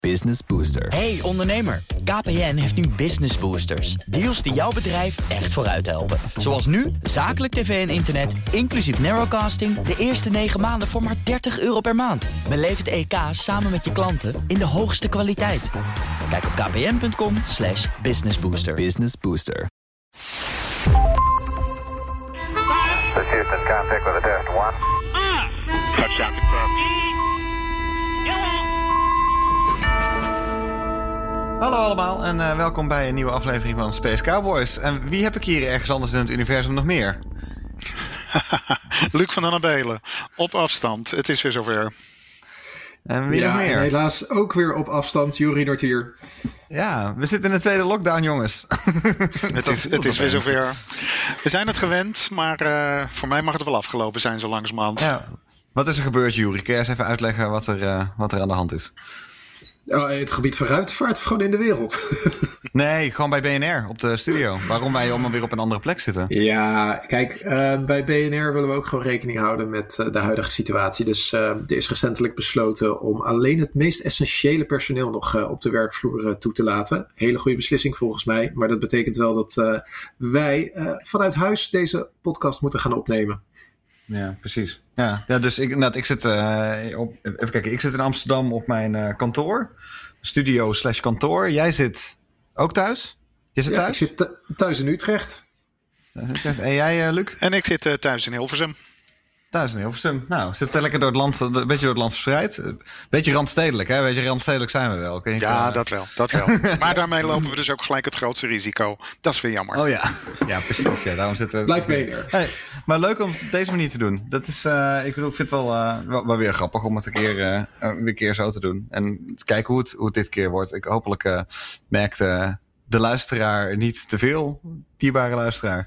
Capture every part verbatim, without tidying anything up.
Business Booster. Hey ondernemer, K P N heeft nu Business Boosters. Deals die jouw bedrijf echt vooruit helpen. Zoals nu, zakelijk tv en internet, inclusief narrowcasting... de eerste negen maanden voor maar dertig euro per maand. Beleef het E K samen met je klanten in de hoogste kwaliteit. Kijk op kpn.com slash businessbooster. Business Booster. This Houston, contact with a test one. Touchdown confirmed. Hallo allemaal en uh, welkom bij een nieuwe aflevering van Space Cowboys. En wie heb ik hier ergens anders in het universum nog meer? Luc van Annabelen, op afstand. Het is weer zover. En wie ja, nog meer? En helaas ook weer op afstand, Juri Nortier. Ja, we zitten in de tweede lockdown, jongens. het is, het is weer zover. We zijn het gewend, maar uh, voor mij mag het wel afgelopen zijn zo langzamerhand. Ja. Wat is er gebeurd, Juri? Kun je eens even uitleggen wat er, uh, wat er aan de hand is? Oh, het gebied van ruimtevaart of gewoon in de wereld? Nee, gewoon bij B N R op de studio. Waarom wij allemaal weer op een andere plek zitten. Ja, kijk, uh, bij B N R willen we ook gewoon rekening houden met uh, de huidige situatie. Dus uh, er is recentelijk besloten om alleen het meest essentiële personeel nog uh, op de werkvloer uh, toe te laten. Hele goede beslissing volgens mij. Maar dat betekent wel dat uh, wij uh, vanuit huis deze podcast moeten gaan opnemen. Ja, precies. Ja, ja dus ik, nou, ik zit uh, op, even kijken, ik zit in Amsterdam op mijn uh, kantoor. Studio slash kantoor. Jij zit ook thuis? Je zit ja, thuis? Ik zit th- thuis in Utrecht. En jij, uh, Luc? En ik zit uh, thuis in Hilversum. Thuis in Hilversum. Nou, zit lekker door het land, een beetje door het land verspreid. Een beetje randstedelijk, hè? Beetje randstedelijk zijn we wel. Ik weet niet, ja, uh... dat wel, dat wel. Maar daarmee lopen we dus ook gelijk het grootste risico. Dat is weer jammer. Oh ja, ja precies. Ja, daarom zitten we... Blijf mee er. Hey, maar leuk om het op deze manier te doen. Dat is, uh, ik bedoel, ik vind het wel, uh, wel, wel weer grappig om het een keer, uh, weer een keer zo te doen. En te kijken hoe het, hoe het dit keer wordt. Ik hopelijk uh, merkt uh, de luisteraar niet te veel, dierbare luisteraar.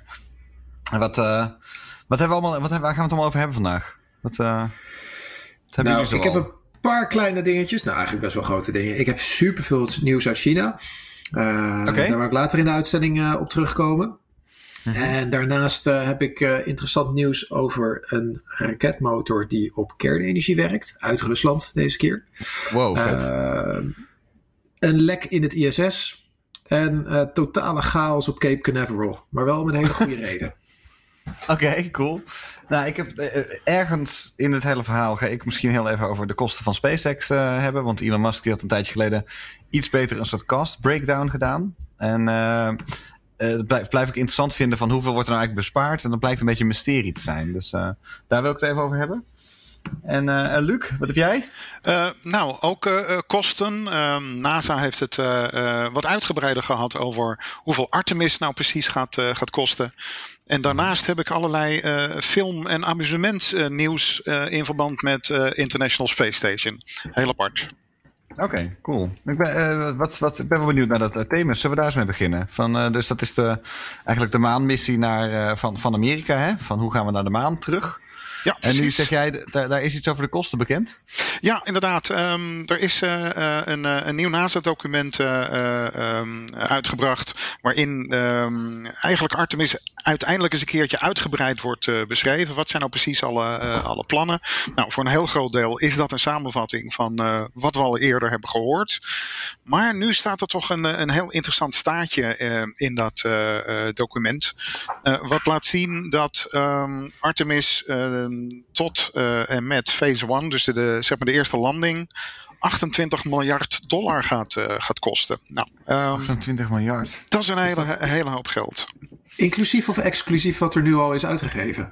En wat, uh, wat hebben we allemaal, wat, waar gaan we het allemaal over hebben vandaag? Wat, uh, wat hebben nou, jullie zo ik al? heb een paar kleine dingetjes. Nou, eigenlijk best wel grote dingen. Ik heb superveel nieuws uit China. Uh, okay. Daar wil ik later in de uitzending uh, op terugkomen. Mm-hmm. En daarnaast uh, heb ik uh, interessant nieuws over een raketmotor die op kernenergie werkt. Uit Rusland deze keer. Wow, vet. Uh, een lek in het I S S. En uh, totale chaos op Cape Canaveral. Maar wel om een hele goede reden. Oké, okay, cool. Nou, ik heb uh, ergens in het hele verhaal ga ik misschien heel even over de kosten van SpaceX uh, hebben. Want Elon Musk die had een tijdje geleden iets beter een soort cost breakdown gedaan. En uh, uh, dat blijf, blijf ik interessant vinden van hoeveel wordt er nou eigenlijk bespaard. En dat blijkt een beetje een mysterie te zijn. Dus uh, daar wil ik het even over hebben. En uh, Luc, wat heb jij? Uh, nou, ook uh, kosten. Uh, NASA heeft het uh, uh, wat uitgebreider gehad over hoeveel Artemis nou precies gaat, uh, gaat kosten. En daarnaast heb ik allerlei uh, film- en amusementnieuws uh, in verband met uh, International Space Station. Heel apart. Oké, okay, cool. Ik ben, uh, wat, wat, ik ben wel benieuwd naar dat uh, thema. Zullen we daar eens mee beginnen? Van, uh, dus dat is de, eigenlijk de maanmissie naar, uh, van, van Amerika. Hè? Van hoe gaan we naar de maan terug? Ja, en nu zeg jij, daar, daar is iets over de kosten bekend? Ja, inderdaad. Um, er is uh, een, een nieuw NASA-document uh, um, uitgebracht waarin um, eigenlijk Artemis uiteindelijk eens een keertje uitgebreid wordt uh, beschreven. Wat zijn nou precies alle, uh, alle plannen? Nou, voor een heel groot deel is dat een samenvatting van uh, wat we al eerder hebben gehoord. Maar nu staat er toch een, een heel interessant staartje uh, in dat uh, uh, document. Uh, wat laat zien dat um, Artemis uh, tot uh, en met phase one, dus de, de, zeg maar de eerste landing, achtentwintig miljard dollar gaat, uh, gaat kosten. Nou, um, achtentwintig miljard? Dat is een hele, dat... hele hoop geld. Inclusief of exclusief wat er nu al is uitgegeven?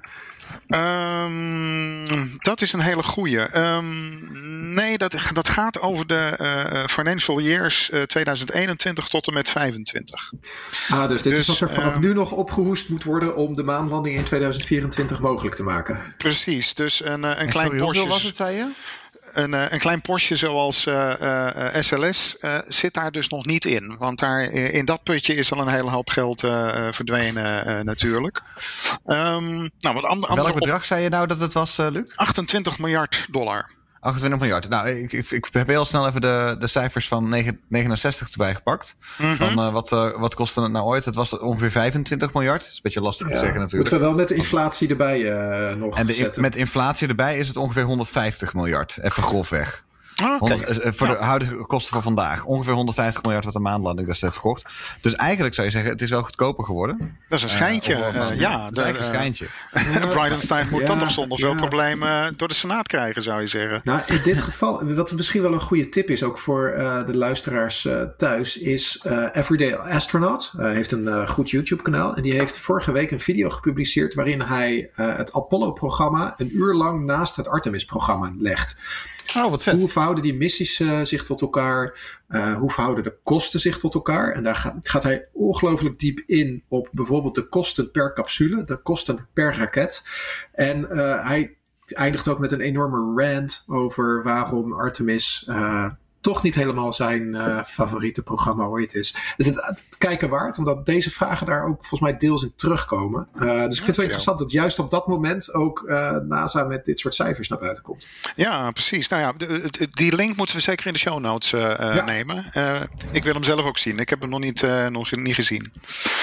Um, dat is een hele goeie. Um, nee, dat, dat gaat over de uh, financial years uh, tweeduizend eenentwintig tot en met vijfentwintig. Ah, dus dit dus, is wat er vanaf uh, nu nog opgehoest moet worden om de maanlanding in tweeduizend vierentwintig mogelijk te maken. Precies, dus een, een en klein sorry, Porsche. Hoeveel was het, zei je? Een, een klein Porsche zoals uh, uh, S L S uh, zit daar dus nog niet in. Want daar, in dat putje is al een hele hoop geld uh, verdwenen uh, natuurlijk. Um, nou, wat and- Welk bedrag op... zei je nou dat het was, uh, Luc? achtentwintig miljard dollar. achtentwintig miljard. Nou, ik, ik, ik heb heel snel even de, de cijfers van negenenzestig erbij gepakt. Mm-hmm. Van, uh, wat, uh, wat kostte het nou ooit? Het was ongeveer vijfentwintig miljard. Dat is een beetje lastig ja, te zeggen natuurlijk. Moeten we wel met de inflatie erbij uh, nog En de, zetten. met inflatie erbij is het ongeveer honderdvijftig miljard. Even grofweg. Oh, okay. honderd, voor ja. de huidige kosten van vandaag. Ongeveer honderdvijftig miljard wat de maanlanding destijds heeft verkocht. Dus eigenlijk zou je zeggen, het is wel goedkoper geworden. Dat is een schijntje. Uh, uh, ja, dat is eigenlijk een schijntje. Uh, Bridenstine moet ja, dan toch zonder veel ja. problemen door de Senaat krijgen, zou je zeggen. Nou, in dit geval, wat misschien wel een goede tip is, ook voor uh, de luisteraars uh, thuis, is uh, Everyday Astronaut. Hij uh, heeft een uh, goed YouTube kanaal. En die heeft vorige week een video gepubliceerd waarin hij uh, het Apollo-programma een uur lang naast het Artemis-programma legt. Oh, wat vet. Hoe verhouden die missies uh, zich tot elkaar? Uh, hoe verhouden de kosten zich tot elkaar? En daar gaat, gaat hij ongelooflijk diep in op bijvoorbeeld de kosten per capsule, de kosten per raket. En uh, hij eindigt ook met een enorme rant over waarom Artemis uh, toch niet helemaal zijn uh, favoriete programma ooit is. Dus het, het kijken waard, omdat deze vragen daar ook volgens mij deels in terugkomen. Uh, dus ik vind het wel interessant dat juist op dat moment ook uh, NASA met dit soort cijfers naar buiten komt. Ja, precies. Nou ja, de, de, die link moeten we zeker in de show notes uh, ja. nemen. Uh, ik wil hem zelf ook zien. Ik heb hem nog niet, uh, nog niet gezien.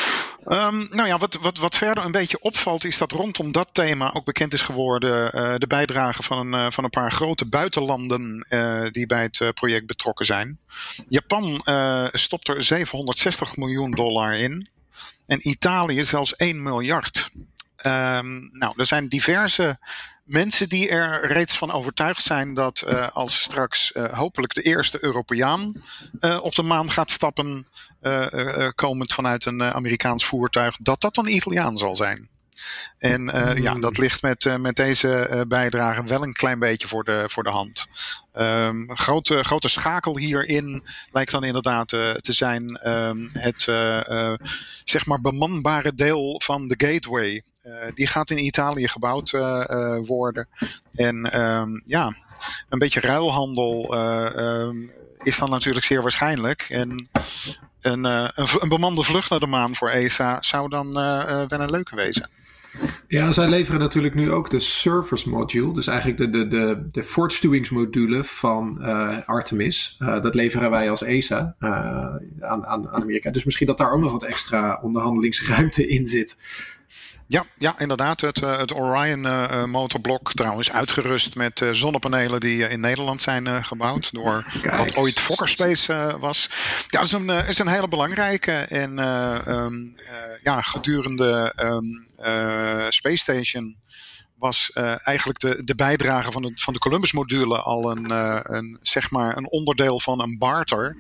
Um, nou ja, wat, wat, wat verder een beetje opvalt is dat rondom dat thema ook bekend is geworden uh, de bijdrage van een, uh, van een paar grote buitenlanden uh, die bij het uh, project betrokken zijn. Japan uh, stopt er zevenhonderdzestig miljoen dollar in en Italië zelfs één miljard. Um, nou, er zijn diverse mensen die er reeds van overtuigd zijn dat uh, als straks uh, hopelijk de eerste Europeaan uh, op de maan gaat stappen, uh, uh, komend vanuit een uh, Amerikaans voertuig, dat dat een Italiaan zal zijn. En uh, mm. ja, dat ligt met, uh, met deze uh, bijdrage wel een klein beetje voor de, voor de hand. Um, grote, grote schakel hierin lijkt dan inderdaad uh, te zijn um, het uh, uh, zeg maar bemanbare deel van de Gateway. Uh, die gaat in Italië gebouwd uh, uh, worden. En um, ja, een beetje ruilhandel uh, um, is dan natuurlijk zeer waarschijnlijk. En een, uh, een, een bemande vlucht naar de maan voor E S A zou dan uh, uh, wel een leuke wezen. Ja, zij leveren natuurlijk nu ook de service module. Dus eigenlijk de, de, de, de voortstuwingsmodule van uh, Artemis. Uh, dat leveren wij als E S A uh, aan, aan, aan Amerika. Dus misschien dat daar ook nog wat extra onderhandelingsruimte in zit. Ja, ja, inderdaad. Het, het Orion uh, motorblok trouwens uitgerust met uh, zonnepanelen die uh, in Nederland zijn uh, gebouwd. Door Kijk. wat ooit Fokker Space uh, was. Ja, dat is een, uh, is een hele belangrijke. En uh, um, uh, ja, gedurende um, uh, Space Station was uh, eigenlijk de, de bijdrage van de, van de Columbus module al een, uh, een, zeg maar een onderdeel van een barter.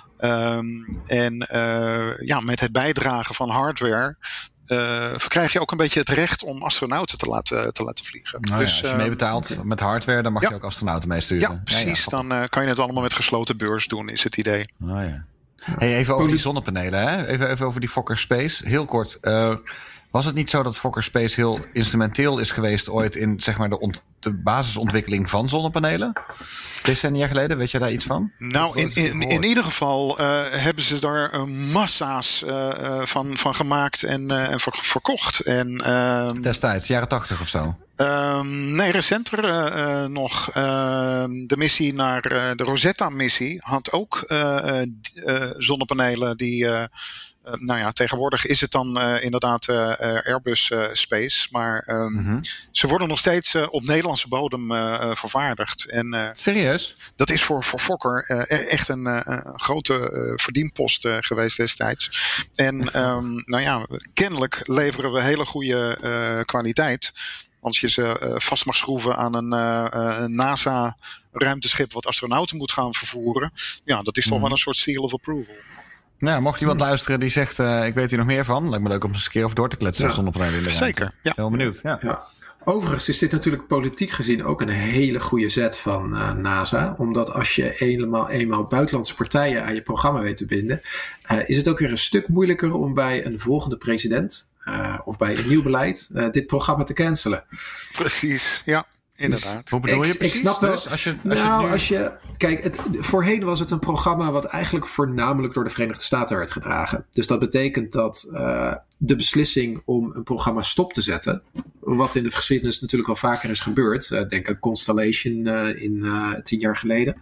Um, en uh, ja, met het bijdragen van hardware Uh, verkrijg je ook een beetje het recht om astronauten te laten, te laten vliegen. Nou dus, ja, als je meebetaalt uh, met hardware, dan mag ja. je ook astronauten meesturen. Ja, precies. Ja, ja, dan uh, kan je het allemaal met gesloten beurs doen, is het idee. Oh, ja. Hey, even over die zonnepanelen. Hè? Even, even over die Fokker Space. Heel kort. Uh, was het niet zo dat Fokker Space heel instrumenteel is geweest ooit in zeg maar, de, ont- de basisontwikkeling van zonnepanelen? Decennia geleden, weet jij daar iets van? Nou, in, in, in ieder geval uh, hebben ze daar uh, massa's uh, van, van gemaakt en, uh, en ver- verkocht. En, uh, Destijds, jaren tachtig of zo? Uh, nee, recenter uh, nog. Uh, de missie naar uh, de Rosetta-missie had ook uh, uh, zonnepanelen die... Uh, Uh, nou ja, tegenwoordig is het dan uh, inderdaad uh, Airbus uh, Space. Maar um, mm-hmm. ze worden nog steeds uh, op Nederlandse bodem uh, vervaardigd. En, uh, Serieus? Dat is voor, voor Fokker uh, echt een, uh, een grote uh, verdienpost uh, geweest destijds. En um, nou ja, kennelijk leveren we hele goede uh, kwaliteit. Als je ze uh, vast mag schroeven aan een, uh, een NASA-ruimteschip wat astronauten moet gaan vervoeren. Ja, dat is toch mm. wel een soort seal of approval. Nou, mocht iemand luisteren die zegt, uh, ik weet hier nog meer van. Lijkt me leuk om eens een keer over door te kletsen. Ja. Zonnepanelen in de ruimte. Zeker, ja. Heel benieuwd, ja. ja. Overigens is dit natuurlijk politiek gezien ook een hele goede zet van uh, NASA. Omdat als je eenmaal, eenmaal buitenlandse partijen aan je programma weet te binden, Uh, is het ook weer een stuk moeilijker om bij een volgende president uh, of bij een nieuw beleid uh, dit programma te cancelen. Precies, ja. Inderdaad. Hoe bedoel je ik, precies? Ik snap wel. Dus als je, als nou, je nu... als je... Kijk, het, voorheen was het een programma wat eigenlijk voornamelijk door de Verenigde Staten werd gedragen. Dus dat betekent dat uh, de beslissing om een programma stop te zetten, wat in de geschiedenis natuurlijk al vaker is gebeurd. Uh, denk aan Constellation uh, in uh, tien jaar geleden.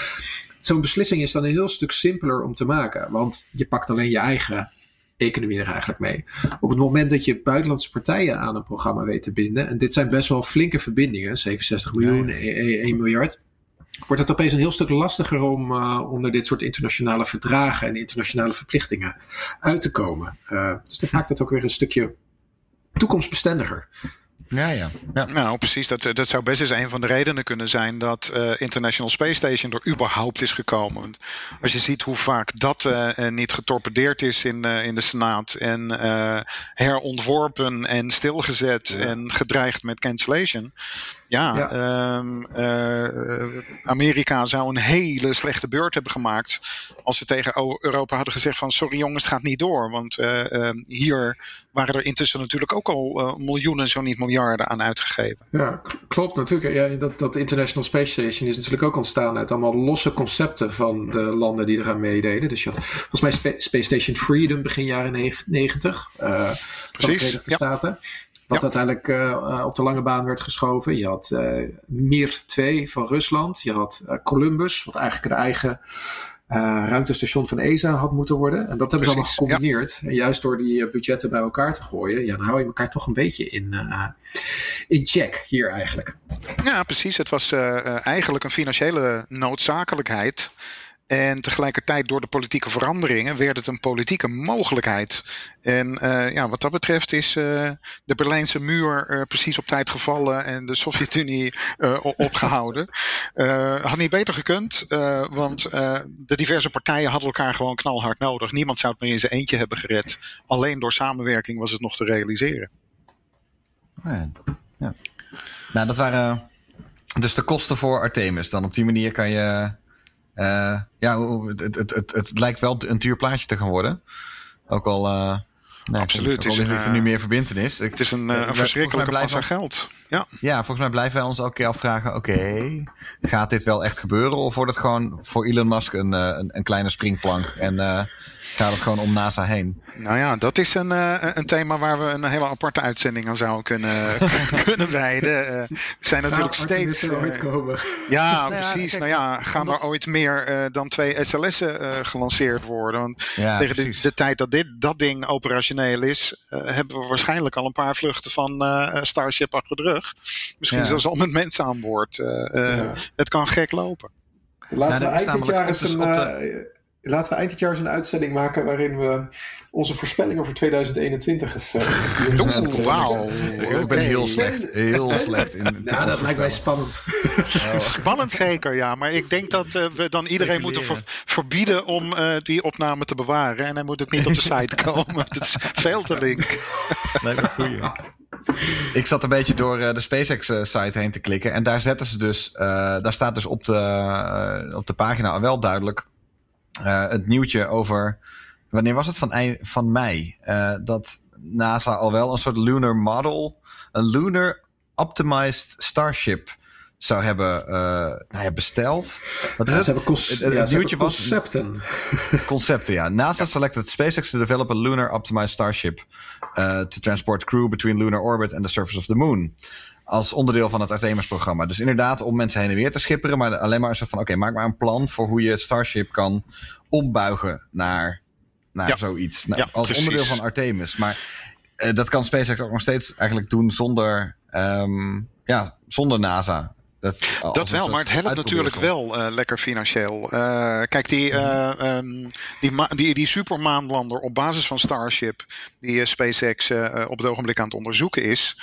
Zo'n beslissing is dan een heel stuk simpeler om te maken. Want je pakt alleen je eigen economie er eigenlijk mee. Op het moment dat je buitenlandse partijen aan een programma weet te binden, en dit zijn best wel flinke verbindingen, zevenenzestig miljoen, één miljard, wordt het opeens een heel stuk lastiger om uh, onder dit soort internationale verdragen en internationale verplichtingen uit te komen. Uh, dus dat maakt het ook weer een stukje toekomstbestendiger. Ja, ja. ja. Nou, precies. Dat, dat zou best eens een van de redenen kunnen zijn dat uh, International Space Station er überhaupt is gekomen. Want als je ziet hoe vaak dat uh, niet getorpedeerd is in, uh, in de Senaat en uh, herontworpen en stilgezet ja. en gedreigd met cancellation. Ja, ja. Um, uh, Amerika zou een hele slechte beurt hebben gemaakt als ze tegen Europa hadden gezegd van sorry jongens, het gaat niet door. Want uh, uh, hier waren er intussen natuurlijk ook al uh, miljoenen, zo niet miljarden aan uitgegeven. Ja, klopt natuurlijk. Ja, dat, dat International Space Station is natuurlijk ook ontstaan uit allemaal losse concepten van de landen die eraan meededen. Dus je had volgens mij Sp- Space Station Freedom begin jaren negentig uh, van de Verenigde ja. Staten. Wat ja. uiteindelijk uh, op de lange baan werd geschoven. Je had uh, Mir twee van Rusland. Je had uh, Columbus, wat eigenlijk een eigen uh, ruimtestation van E S A had moeten worden. En dat hebben ze allemaal gecombineerd. Ja. En juist door die uh, budgetten bij elkaar te gooien, ja, dan hou je elkaar toch een beetje in, uh, in check hier eigenlijk. Ja, precies. Het was uh, uh, eigenlijk een financiële noodzakelijkheid. En tegelijkertijd door de politieke veranderingen werd het een politieke mogelijkheid. En uh, ja, wat dat betreft is uh, de Berlijnse muur uh, precies op tijd gevallen en de Sovjet-Unie uh, opgehouden. Uh, had niet beter gekund, uh, want uh, de diverse partijen hadden elkaar gewoon knalhard nodig. Niemand zou het meer in zijn eentje hebben gered. Alleen door samenwerking was het nog te realiseren. Ja. Ja. Nou, dat waren dus de kosten voor Artemis. Dan op die manier kan je... Uh, ja, het, het, het, het lijkt wel een duur plaatje te gaan worden. Ook al, uh, nee, absoluut. Ook al ligt er uh, nu meer verbintenis. Het is een, uh, een verschrikkelijke massa geld. Ja. ja, volgens mij blijven wij ons elke keer afvragen... oké, okay, gaat dit wel echt gebeuren? Of wordt het gewoon voor Elon Musk een, een, een kleine springplank... en uh, gaat het gewoon om NASA heen? Nou ja, dat is een, uh, een thema waar we een hele aparte uitzending aan zouden kunnen, kunnen wijden. Uh, we zijn natuurlijk nou, steeds... Uh, ooit komen. Ja, nou ja, precies. Kijk, nou ja, gaan er ooit meer uh, dan twee S L S'en uh, gelanceerd worden? Want ja, tegen de, de tijd dat dit, dat ding operationeel is... Uh, hebben we waarschijnlijk al een paar vluchten van uh, Starship achter de rug. Misschien ja. zelfs al met mensen aan boord. Uh, uh, ja. Het kan gek lopen. Laten nou, we eind dit jaar eens een... De... Uh, Laten we eind dit jaar eens een uitzending maken waarin we onze voorspellingen voor tweeduizend eenentwintig eens... Uh, Oeh, wauw. Ik ben heel slecht. Heel slecht. In ja, dat lijkt mij spannend. Oh. Spannend zeker, ja. Maar ik denk dat uh, we dan iedereen moeten ver- verbieden om uh, die opname te bewaren. En hij moet ook niet op de site komen. Het is veel te link. Nee, dat goeie. Ik zat een beetje door uh, de SpaceX-site heen te klikken. En daar zetten ze dus... Uh, daar staat dus op de, uh, op de pagina wel duidelijk... Uh, het nieuwtje over, wanneer was het? Van, ei, van mei. Uh, dat NASA al wel een soort lunar model, een lunar optimized Starship zou hebben uh, nou ja, besteld. Wat is ja, het? Ze hebben cons- het, het, ja, het ze nieuwtje hebben concepten. Was, concepten, ja. NASA selected SpaceX to develop a lunar optimized Starship uh, to transport crew between lunar orbit and the surface of the moon. Als onderdeel van het Artemis-programma. Dus inderdaad om mensen heen en weer te schipperen. Maar alleen maar zo van, oké, okay, maak maar een plan voor hoe je Starship kan ombuigen naar, naar ja. zoiets. Nou, ja, als precies. onderdeel van Artemis. Maar uh, dat kan SpaceX ook nog steeds eigenlijk doen zonder, um, ja, zonder NASA. Dat, dat wel, maar het helpt natuurlijk wel uh, lekker financieel. Uh, kijk, die, uh, um, die, ma- die, die supermaanlander op basis van Starship... die uh, SpaceX uh, op het ogenblik aan het onderzoeken is...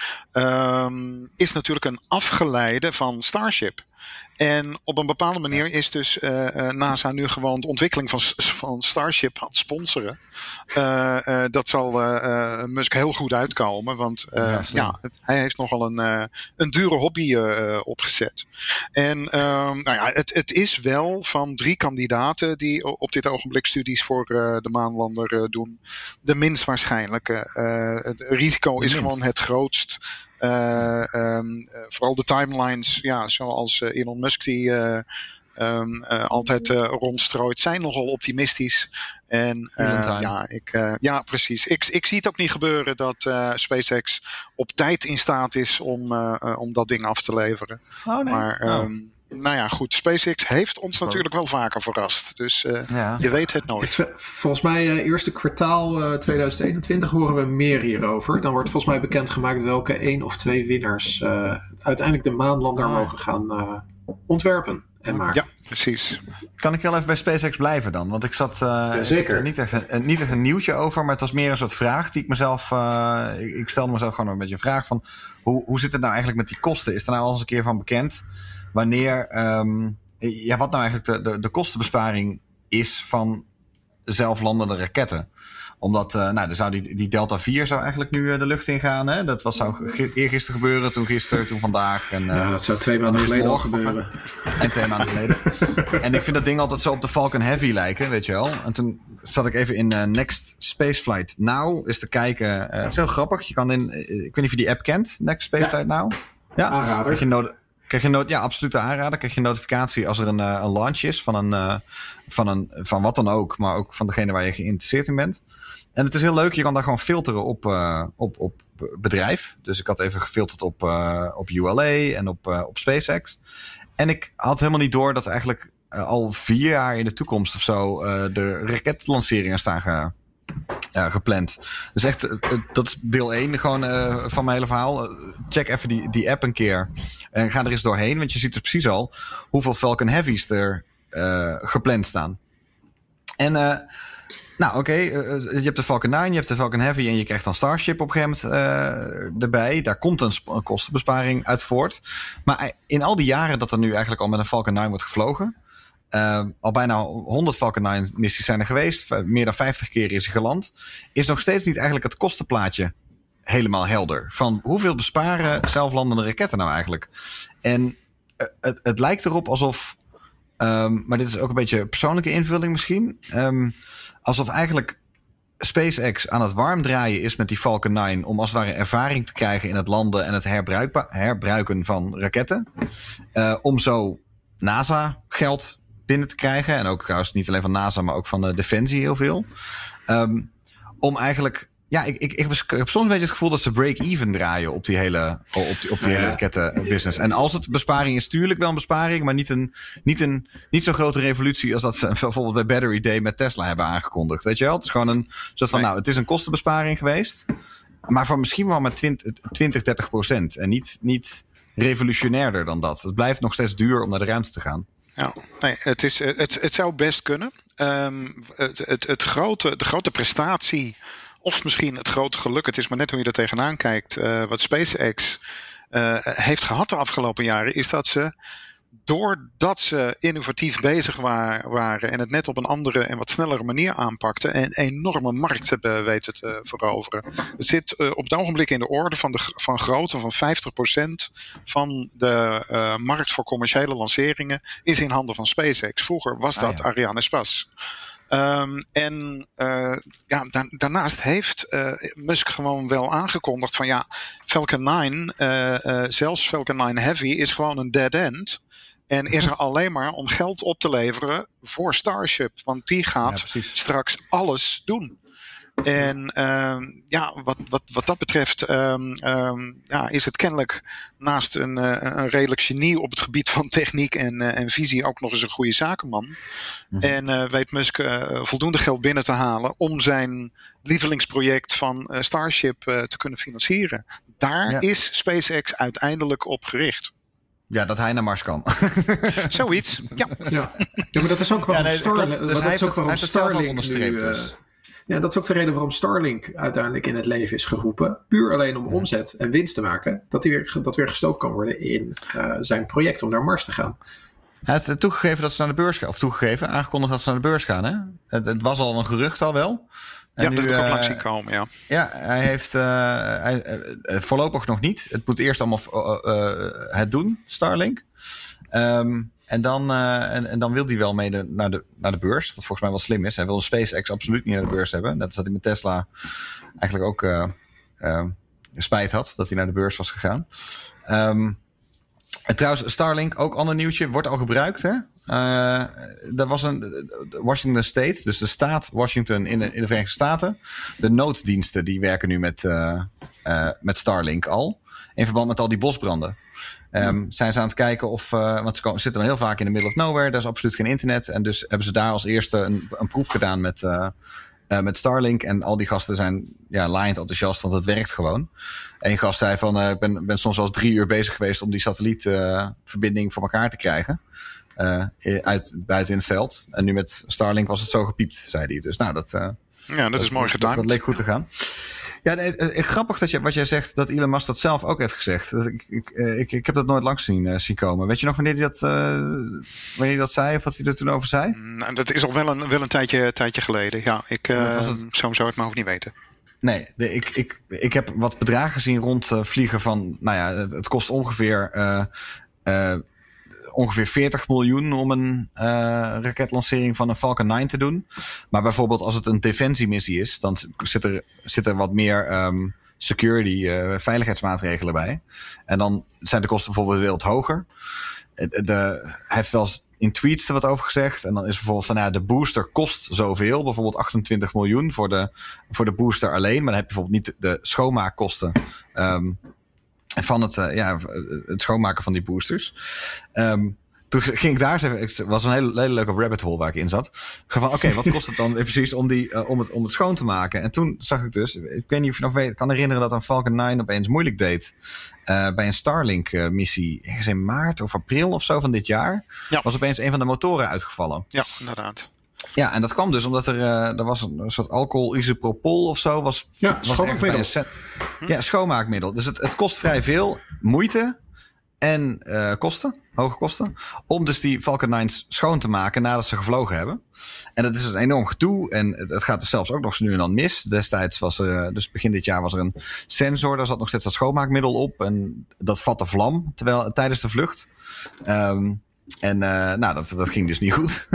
Um, is natuurlijk een afgeleide van Starship. En op een bepaalde manier is dus uh, uh, NASA nu gewoon de ontwikkeling van, van Starship aan het sponsoren. Uh, uh, dat zal uh, uh, Musk heel goed uitkomen, want uh, ja, ja, het, hij heeft nogal een, uh, een dure hobby uh, opgezet. En uh, nou ja, het, het is wel van drie kandidaten die op dit ogenblik studies voor uh, de maanlander uh, doen, de minst waarschijnlijke. Uh, het risico is gewoon het grootst. Uh, um, uh, vooral de timelines, ja, zoals uh, Elon Musk die uh, um, uh, altijd uh, rondstrooit, zijn nogal optimistisch. En uh, ja, ik, uh, ja, precies. Ik, ik zie het ook niet gebeuren dat uh, SpaceX op tijd in staat is om, uh, uh, om dat ding af te leveren. Oh, nee. Maar um, oh. nou ja, goed. SpaceX heeft ons natuurlijk wel vaker verrast. Dus uh, ja. je weet het nooit. Volgens mij uh, eerste kwartaal uh, tweeduizend eenentwintig horen we meer hierover. Dan wordt volgens mij bekendgemaakt welke één of twee winnaars uh, uiteindelijk de maanlander oh. mogen gaan uh, ontwerpen. en maken. Ja, precies. Kan ik heel even bij SpaceX blijven dan? Want ik zat uh, ja, zeker. er niet echt, een, niet echt een nieuwtje over, maar het was meer een soort vraag die ik mezelf... Uh, ik, ik stelde mezelf gewoon een beetje een vraag van... Hoe, hoe zit het nou eigenlijk met die kosten? Is er nou al eens een keer van bekend wanneer... Um, ja, wat nou eigenlijk de, de, de kostenbesparing is van zelflandende raketten? Omdat, uh, nou, dan zou die, die Delta vier zou eigenlijk nu uh, de lucht in gaan. Hè? Dat was, zou eergisteren gebeuren, toen gisteren, toen vandaag. En, uh, ja, dat zou twee maanden geleden al gebeuren. En twee maanden geleden. En ik vind dat ding altijd zo op de Falcon Heavy lijken, weet je wel. En toen zat ik even in uh, Next Spaceflight Now eens te kijken. Uh, het is heel grappig. Je kan in, uh, ik weet niet of je die app kent, Next Spaceflight ja. Now. Ja, aanrader. Krijg je no- krijg je no- ja, absolute aanrader. Krijg je een notificatie als er een, uh, een launch is van, een, uh, van, een, van wat dan ook. Maar ook van degene waar je geïnteresseerd in bent. En het is heel leuk, je kan daar gewoon filteren op, uh, op, op bedrijf. Dus ik had even gefilterd op, uh, op U L A en op, uh, op SpaceX. En ik had helemaal niet door dat eigenlijk uh, al vier jaar in de toekomst of zo uh, de raketlanceringen staan ge, uh, gepland. Dus echt, uh, dat is deel één gewoon uh, van mijn hele verhaal. Uh, check even die, die app een keer en ga er eens doorheen. Want je ziet dus precies al hoeveel Falcon Heavies er uh, gepland staan. En... Uh, Nou, oké, okay. uh, je hebt de Falcon nine, je hebt de Falcon Heavy en je krijgt dan Starship op een gegeven moment uh, erbij. Daar komt een, sp- een kostenbesparing uit voort. Maar in al die jaren dat er nu eigenlijk al met een Falcon nine wordt gevlogen... Uh, al bijna honderd Falcon nine missies zijn er geweest. Meer dan vijftig keer is hij geland. Is nog steeds niet eigenlijk het kostenplaatje helemaal helder. Van hoeveel besparen zelflandende raketten nou eigenlijk? En uh, het, het lijkt erop alsof... Um, maar dit is ook een beetje persoonlijke invulling misschien... Um, alsof eigenlijk SpaceX aan het warm draaien is met die Falcon nine... om als het ware ervaring te krijgen in het landen en het herbruikba- herbruiken van raketten. Uh, om zo NASA geld binnen te krijgen. En ook trouwens niet alleen van NASA, maar ook van de Defensie heel veel. Um, om eigenlijk... Ja, ik, ik, ik, heb, ik heb soms een beetje het gevoel dat ze break-even draaien op die hele, op die, op die hele rakettenbusiness. En als het besparing is, tuurlijk wel een besparing, maar niet een, niet een, niet zo'n grote revolutie als dat ze bijvoorbeeld bij Battery Day met Tesla hebben aangekondigd. Weet je wel? Het is gewoon een soort van, nee. nou, het is een kostenbesparing geweest, maar van misschien wel met twintig, dertig procent. En niet, niet revolutionairder dan dat. Het blijft nog steeds duur om naar de ruimte te gaan. Ja, nee, het, is, het, het zou best kunnen. Um, het, het, het grote, de grote prestatie... Of misschien het grote geluk, het is maar net hoe je er tegenaan kijkt. Uh, wat SpaceX uh, heeft gehad de afgelopen jaren, is dat ze, doordat ze innovatief bezig wa- waren en het net op een andere en wat snellere manier aanpakten, een enorme markt hebben weten te veroveren. Het zit uh, op het ogenblik in de orde van, de, van grootte van vijftig procent van de uh, markt voor commerciële lanceringen is in handen van SpaceX. Vroeger was dat ah, ja. Arianespace. Um, en uh, ja, da- daarnaast heeft uh, Musk gewoon wel aangekondigd van ja, Falcon nine, uh, uh, zelfs Falcon nine Heavy is gewoon een dead end. En is er alleen maar om geld op te leveren voor Starship. Want die gaat ja, straks alles doen. En um, ja, wat, wat, wat dat betreft um, um, ja, is het kennelijk naast een, uh, een redelijk genie op het gebied van techniek en, uh, en visie ook nog eens een goede zakenman. Mm-hmm. En uh, weet Musk uh, voldoende geld binnen te halen om zijn lievelingsproject van uh, Starship uh, te kunnen financieren. Daar ja. is SpaceX uiteindelijk op gericht. Ja, dat hij naar Mars kan. Zoiets, ja. ja. Ja, maar dat is ook waarom ja, nee, Starlink... Dus dat hij is ook waarom heeft het zelf al onderstreept nu, dus. Ja, dat is ook de reden waarom Starlink uiteindelijk in het leven is geroepen. Puur alleen om omzet en winst te maken. Dat die weer, dat weer gestoken kan worden in uh, zijn project om naar Mars te gaan. Hij heeft toegegeven dat ze naar de beurs gaan. Of toegegeven, aangekondigd dat ze naar de beurs gaan. Hè? Het, het was al een gerucht al wel. En ja, nu, dat heb ik ook lang zien komen, ja. Ja, hij heeft uh, hij, uh, voorlopig nog niet. Het moet eerst allemaal uh, uh, het doen, Starlink. Um, en, dan, uh, en, en dan wil hij wel mee de, naar, de, naar de beurs. Wat volgens mij wel slim is. Hij wil een SpaceX absoluut niet naar de beurs hebben. Net als dat hij met Tesla eigenlijk ook uh, uh, spijt had dat hij naar de beurs was gegaan. Um, en trouwens, Starlink, ook ander nieuwtje, wordt al gebruikt. Hè? Uh, er was een Washington State, dus de staat Washington in de, in de Verenigde Staten. De nooddiensten die werken nu met, uh, uh, met Starlink al. In verband met al die bosbranden. Um, ja. Zijn ze aan het kijken of... Uh, want ze komen, zitten dan heel vaak in the middle of nowhere. Daar is absoluut geen internet. En dus hebben ze daar als eerste een, een proef gedaan met, uh, uh, met Starlink. En al die gasten zijn ja, laaiend enthousiast, want het werkt gewoon. Eén gast zei van... Ik uh, ben, ben soms wel eens drie uur bezig geweest om die satellietverbinding uh, voor elkaar te krijgen. uh, uit, buiten in het veld. En nu met Starlink was het zo gepiept, zei hij. Dus nou, dat, uh, ja, dat, dat is mooi gedaan. Dat, dat leek goed te gaan. Ja, nee, uh, grappig dat je, wat jij zegt, dat Elon Musk dat zelf ook heeft gezegd. Dat ik, ik, uh, ik, ik heb dat nooit langs zien, uh, zien komen. Weet je nog wanneer hij dat, uh, wanneer hij dat zei of wat hij er toen over zei? Nou, dat is al wel een, wel een tijdje, tijdje geleden. Ja, ik uh, het... zou hem zo uit mijn hoofd niet weten. Nee, de, ik, ik, ik heb wat bedragen gezien rondvliegen van, nou ja, het, het kost ongeveer, uh, uh, ongeveer veertig miljoen om een uh, raketlancering van een Falcon nine te doen. Maar bijvoorbeeld als het een defensiemissie is, dan zit er, zit er wat meer um, security, uh, veiligheidsmaatregelen bij. En dan zijn de kosten bijvoorbeeld veel hoger. De, de, hij heeft wel eens in tweets er wat over gezegd. En dan is bijvoorbeeld van, nou, de booster kost zoveel. Bijvoorbeeld achtentwintig miljoen voor de, voor de booster alleen. Maar dan heb je bijvoorbeeld niet de schoonmaakkosten um, van het, uh, ja, het schoonmaken van die boosters. Um, toen ging ik daar eens even, het was een hele, hele leuke rabbit hole waar ik in zat. Van, oké, okay, wat kost het dan precies om, die, uh, om, het, om het schoon te maken? En toen zag ik dus, ik weet niet of je nog weet, kan herinneren dat een Falcon nine opeens moeilijk deed. Uh, bij een Starlink-missie, ergens in maart of april of zo van dit jaar, ja. was opeens een van de motoren uitgevallen. Ja, inderdaad. Ja, en dat kwam dus omdat er, uh, er was een, een soort alcohol isopropyl of zo. Was, ja, was schoonmaakmiddel. Set... Ja, schoonmaakmiddel. Dus het, het kost vrij veel moeite en uh, kosten, hoge kosten, om dus die Falcon nine's schoon te maken nadat ze gevlogen hebben. En dat is een enorm gedoe en het, het gaat er zelfs ook nog zo nu en dan mis. Destijds was er, dus begin dit jaar was er een sensor, daar zat nog steeds dat schoonmaakmiddel op en dat vatte vlam terwijl, tijdens de vlucht. Um, en uh, nou, dat, dat ging dus niet goed.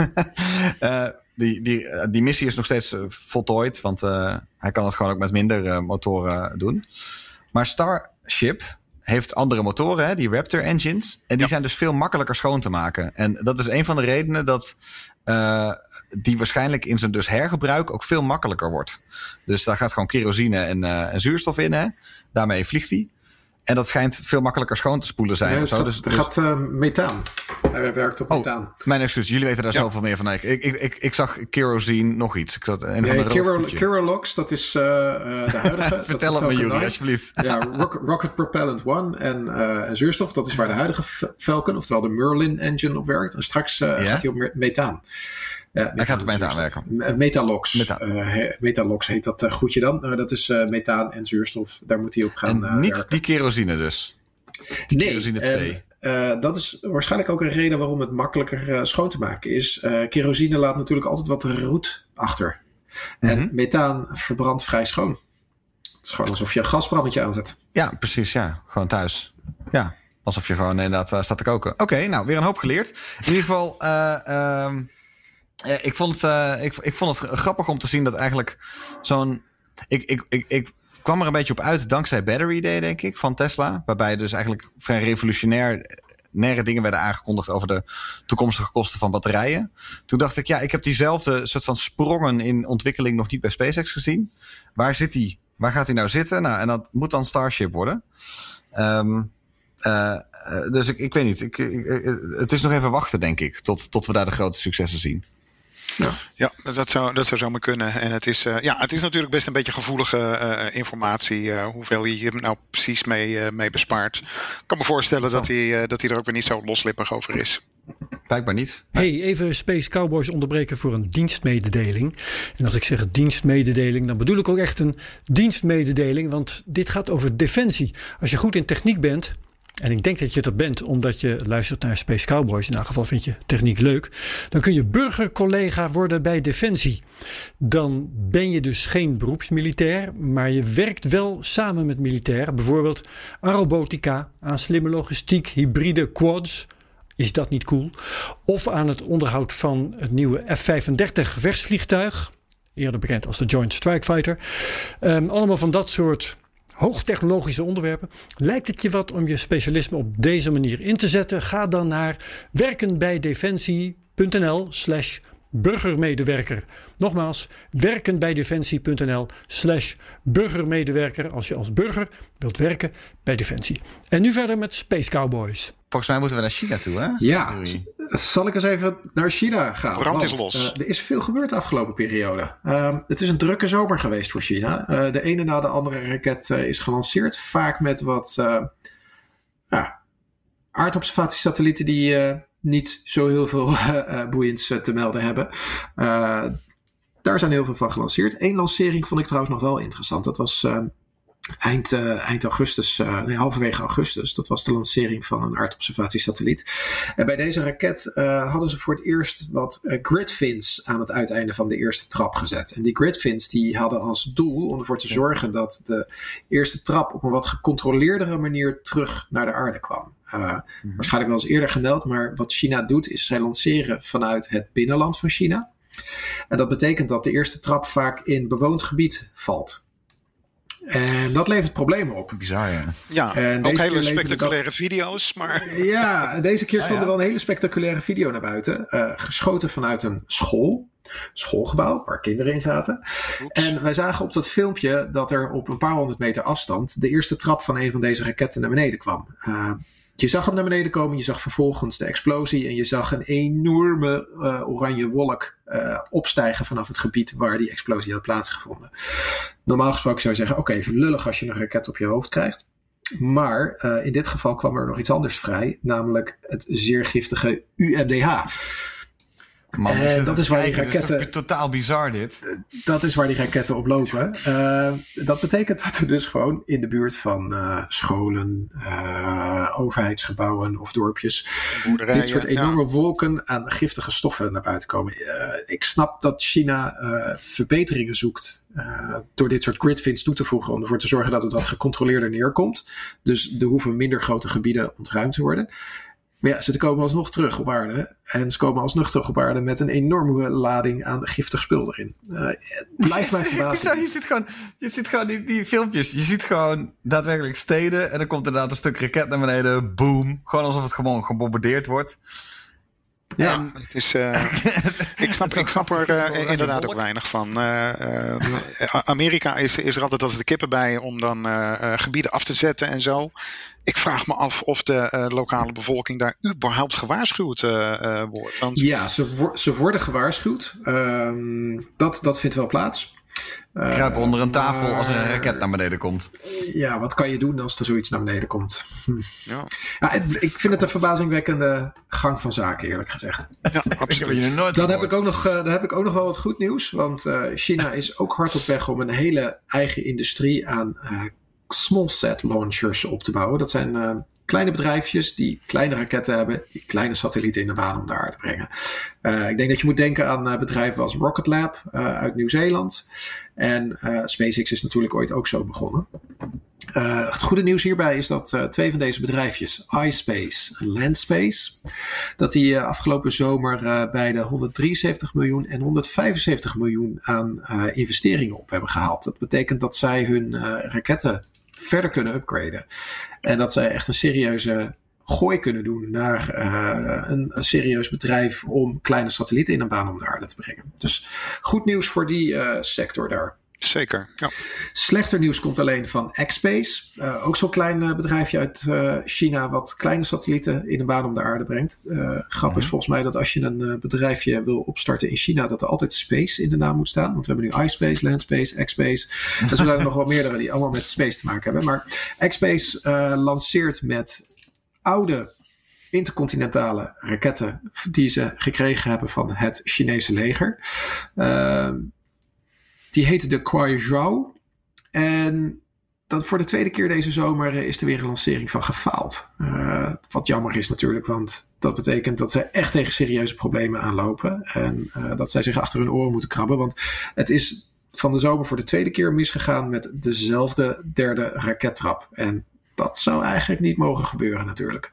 uh, die, die, die missie is nog steeds uh, voltooid, want uh, hij kan het gewoon ook met minder uh, motoren doen. Maar Starship heeft andere motoren, hè, die Raptor engines. En die ja. zijn dus veel makkelijker schoon te maken. En dat is een van de redenen dat uh, die waarschijnlijk in zijn dus hergebruik ook veel makkelijker wordt. Dus daar gaat gewoon kerosine en, uh, en zuurstof in. Hè. Daarmee vliegt hij. En dat schijnt veel makkelijker schoon te spoelen zijn. Ja, of zo. Gaat, dus, er dus... gaat uh, methaan. Hij werkt op methaan. Oh, mijn excuus, jullie weten daar ja. zoveel meer van. Ik, ik, ik, ik zag kerosine, nog iets. Ik zat een nee, Kerolox, dat is uh, uh, de huidige. Vertel het me, jullie, alsjeblieft. Ja, Rocket, Rocket Propellant one en uh, zuurstof, dat is waar de huidige Falcon, oftewel de Merlin engine op werkt. En straks uh, ja? gaat hij op methaan. Uh, hij gaat op methaan werken. Metalox. Methaan. Uh, Metalox heet dat uh, goedje dan. Uh, dat is uh, methaan en zuurstof. Daar moet hij op gaan en niet uh, werken. Die kerosine dus? Die nee, kerosine twee. Uh, dat is waarschijnlijk ook een reden waarom het makkelijker uh, schoon te maken is. Uh, kerosine laat natuurlijk altijd wat roet achter. Mm-hmm. En methaan verbrandt vrij schoon. Het is gewoon alsof je een gasbrandetje aanzet. Ja, precies. Ja, gewoon thuis. Ja, alsof je gewoon inderdaad uh, staat te koken. Oké, okay, nou, weer een hoop geleerd. In ieder geval... Uh, um, Ja, ik, vond het, uh, ik, ik vond het grappig om te zien dat eigenlijk zo'n... Ik, ik, ik, ik kwam er een beetje op uit dankzij Battery Day, denk ik, van Tesla. Waarbij dus eigenlijk vrij revolutionaire dingen werden aangekondigd over de toekomstige kosten van batterijen. Toen dacht ik, ja, ik heb diezelfde soort van sprongen in ontwikkeling nog niet bij SpaceX gezien. Waar zit die? Waar gaat hij nou zitten? Nou, en dat moet dan Starship worden. Um, uh, dus ik, ik weet niet. Ik, ik, het is nog even wachten, denk ik, tot, tot we daar de grote successen zien. Ja, ja dat, zou, dat zou zomaar kunnen. En het is, uh, ja, het is natuurlijk best een beetje gevoelige uh, informatie. Uh, hoeveel je hier nou precies mee, uh, mee bespaart. Ik kan me voorstellen dat hij, uh, dat hij er ook weer niet zo loslippig over is. Blijkbaar niet. Hey, even Space Cowboys onderbreken voor een dienstmededeling. En als ik zeg dienstmededeling, dan bedoel ik ook echt een dienstmededeling. Want dit gaat over defensie. Als je goed in techniek bent... En ik denk dat je dat bent omdat je luistert naar Space Cowboys. In elk geval vind je techniek leuk. Dan kun je burgercollega worden bij Defensie. Dan ben je dus geen beroepsmilitair. Maar je werkt wel samen met militairen. Bijvoorbeeld aan robotica, aan slimme logistiek, hybride quads. Is dat niet cool? Of aan het onderhoud van het nieuwe F vijfendertig gevechtsvliegtuig. Eerder bekend als de Joint Strike Fighter. Um, allemaal van dat soort... hoogtechnologische onderwerpen. Lijkt het je wat om je specialisme op deze manier in te zetten? Ga dan naar werkenbijdefensie.nl slash burgermedewerker. Nogmaals, werkenbijdefensie.nl slash burgermedewerker als je als burger wilt werken bij Defensie. En nu verder met Space Cowboys. Volgens mij moeten we naar China toe, hè? Ja, zal ik eens even naar China gaan? Brand is los. Uh, er is veel gebeurd de afgelopen periode. Uh, het is een drukke zomer geweest voor China. Uh, de ene na de andere raket uh, is gelanceerd. Vaak met wat uh, uh, aardobservatiesatellieten die, uh, niet zo heel veel uh, boeiends uh, te melden hebben. Uh, daar zijn heel veel van gelanceerd. Eén lancering vond ik trouwens nog wel interessant. Dat was uh, eind, uh, eind augustus, uh, nee, halverwege augustus. Dat was de lancering van een aardobservatiesatelliet. En bij deze raket uh, hadden ze voor het eerst wat uh, gridfins aan het uiteinde van de eerste trap gezet. En die gridfins die hadden als doel om ervoor te zorgen dat de eerste trap op een wat gecontroleerdere manier terug naar de aarde kwam. Uh, mm-hmm. Waarschijnlijk wel eens eerder gemeld, maar wat China doet is zij lanceren vanuit het binnenland van China. En dat betekent dat de eerste trap vaak in bewoond gebied valt. En dat levert problemen op. Bizar, ja. Ja, en ook hele spectaculaire dat... video's. Maar... Ja, deze keer ja, kwam ja. er wel een hele spectaculaire video naar buiten. Uh, geschoten vanuit een school. Schoolgebouw, waar kinderen in zaten. Oeps. En wij zagen op dat filmpje dat er op een paar honderd meter afstand de eerste trap van een van deze raketten naar beneden kwam. Uh, Je zag hem naar beneden komen, je zag vervolgens de explosie en je zag een enorme uh, oranje wolk uh, opstijgen vanaf het gebied waar die explosie had plaatsgevonden. Normaal gesproken zou je zeggen, oké, okay, even lullig als je een raket op je hoofd krijgt. Maar uh, in dit geval kwam er nog iets anders vrij, namelijk het zeer giftige U M D H. Man, uh, dat is waar die raketten. Dat is totaal bizar dit. Dat is waar die raketten op lopen. Uh, dat betekent dat er dus gewoon in de buurt van uh, scholen, uh, overheidsgebouwen of dorpjes dit soort enorme ja. wolken aan giftige stoffen naar buiten komen. Uh, ik snap dat China uh, verbeteringen zoekt uh, door dit soort gridfins toe te voegen om ervoor te zorgen dat het wat gecontroleerder neerkomt. Dus er hoeven minder grote gebieden ontruimd te worden. Maar ja, ze komen alsnog terug op aarde. En ze komen alsnog terug op aarde met een enorme lading aan giftig spul erin. Uh, het blijft mij verbazen. Je ziet gewoon, je ziet gewoon die, die filmpjes. Je ziet gewoon daadwerkelijk steden. En dan komt inderdaad een stuk raket naar beneden. Boom. Gewoon alsof het gewoon gebombardeerd wordt. Ja, en, het is, uh, ik snap, ik snap er uh, inderdaad ook weinig van. Uh, uh, Amerika is, is er altijd als de kippen bij om dan uh, uh, gebieden af te zetten en zo. Ik vraag me af of de uh, lokale bevolking daar überhaupt gewaarschuwd uh, uh, wordt. Want... Ja, ze, wo- ze worden gewaarschuwd. Um, dat, dat vindt wel plaats. Uh, Kruip onder een tafel maar... als er een raket naar beneden komt. Ja, wat kan je doen als er zoiets naar beneden komt? Hm. Ja. Ja, ik vind het een verbazingwekkende gang van zaken, eerlijk gezegd. Ja, absoluut. nooit dan, heb ik ook nog, uh, dan heb ik ook nog wel wat goed nieuws. Want uh, China is ook hard op weg om een hele eigen industrie aan uh, smallsat launchers op te bouwen. Dat zijn uh, kleine bedrijfjes die kleine raketten hebben, die kleine satellieten in de baan om de aarde brengen. Uh, ik denk dat je moet denken aan uh, bedrijven als Rocket Lab uh, uit Nieuw-Zeeland. En uh, SpaceX is natuurlijk ooit ook zo begonnen. Uh, het goede nieuws hierbij is dat uh, twee van deze bedrijfjes, iSpace en Landspace, dat die uh, afgelopen zomer uh, bij de honderddrieënzeventig miljoen en honderdvijfenzeventig miljoen aan uh, investeringen op hebben gehaald. Dat betekent dat zij hun uh, raketten verder kunnen upgraden. En dat zij echt een serieuze gooi kunnen doen naar uh, een, een serieus bedrijf om kleine satellieten in een baan om de aarde te brengen. Dus goed nieuws voor die uh, sector daar. Zeker, ja. Slechter nieuws komt alleen van X-Space. Uh, ook zo'n klein uh, bedrijfje uit uh, China wat kleine satellieten in een baan om de aarde brengt. Uh, grap mm-hmm. is volgens mij dat als je een uh, bedrijfje wil opstarten in China, dat er altijd space in de naam moet staan. Want we hebben nu iSpace, Landspace, X-Space. Dus er zijn er nog wel meerdere die allemaal met space te maken hebben. Maar X-Space uh, lanceert met oude intercontinentale raketten die ze gekregen hebben van het Chinese leger. Uh, Die heette de Kuaizhou. En dat voor de tweede keer deze zomer is er weer een lancering van gefaald. Uh, wat jammer is natuurlijk, want dat betekent dat ze echt tegen serieuze problemen aanlopen. En uh, dat zij zich achter hun oren moeten krabben. Want het is van de zomer voor de tweede keer misgegaan met dezelfde derde rakettrap. En dat zou eigenlijk niet mogen gebeuren natuurlijk.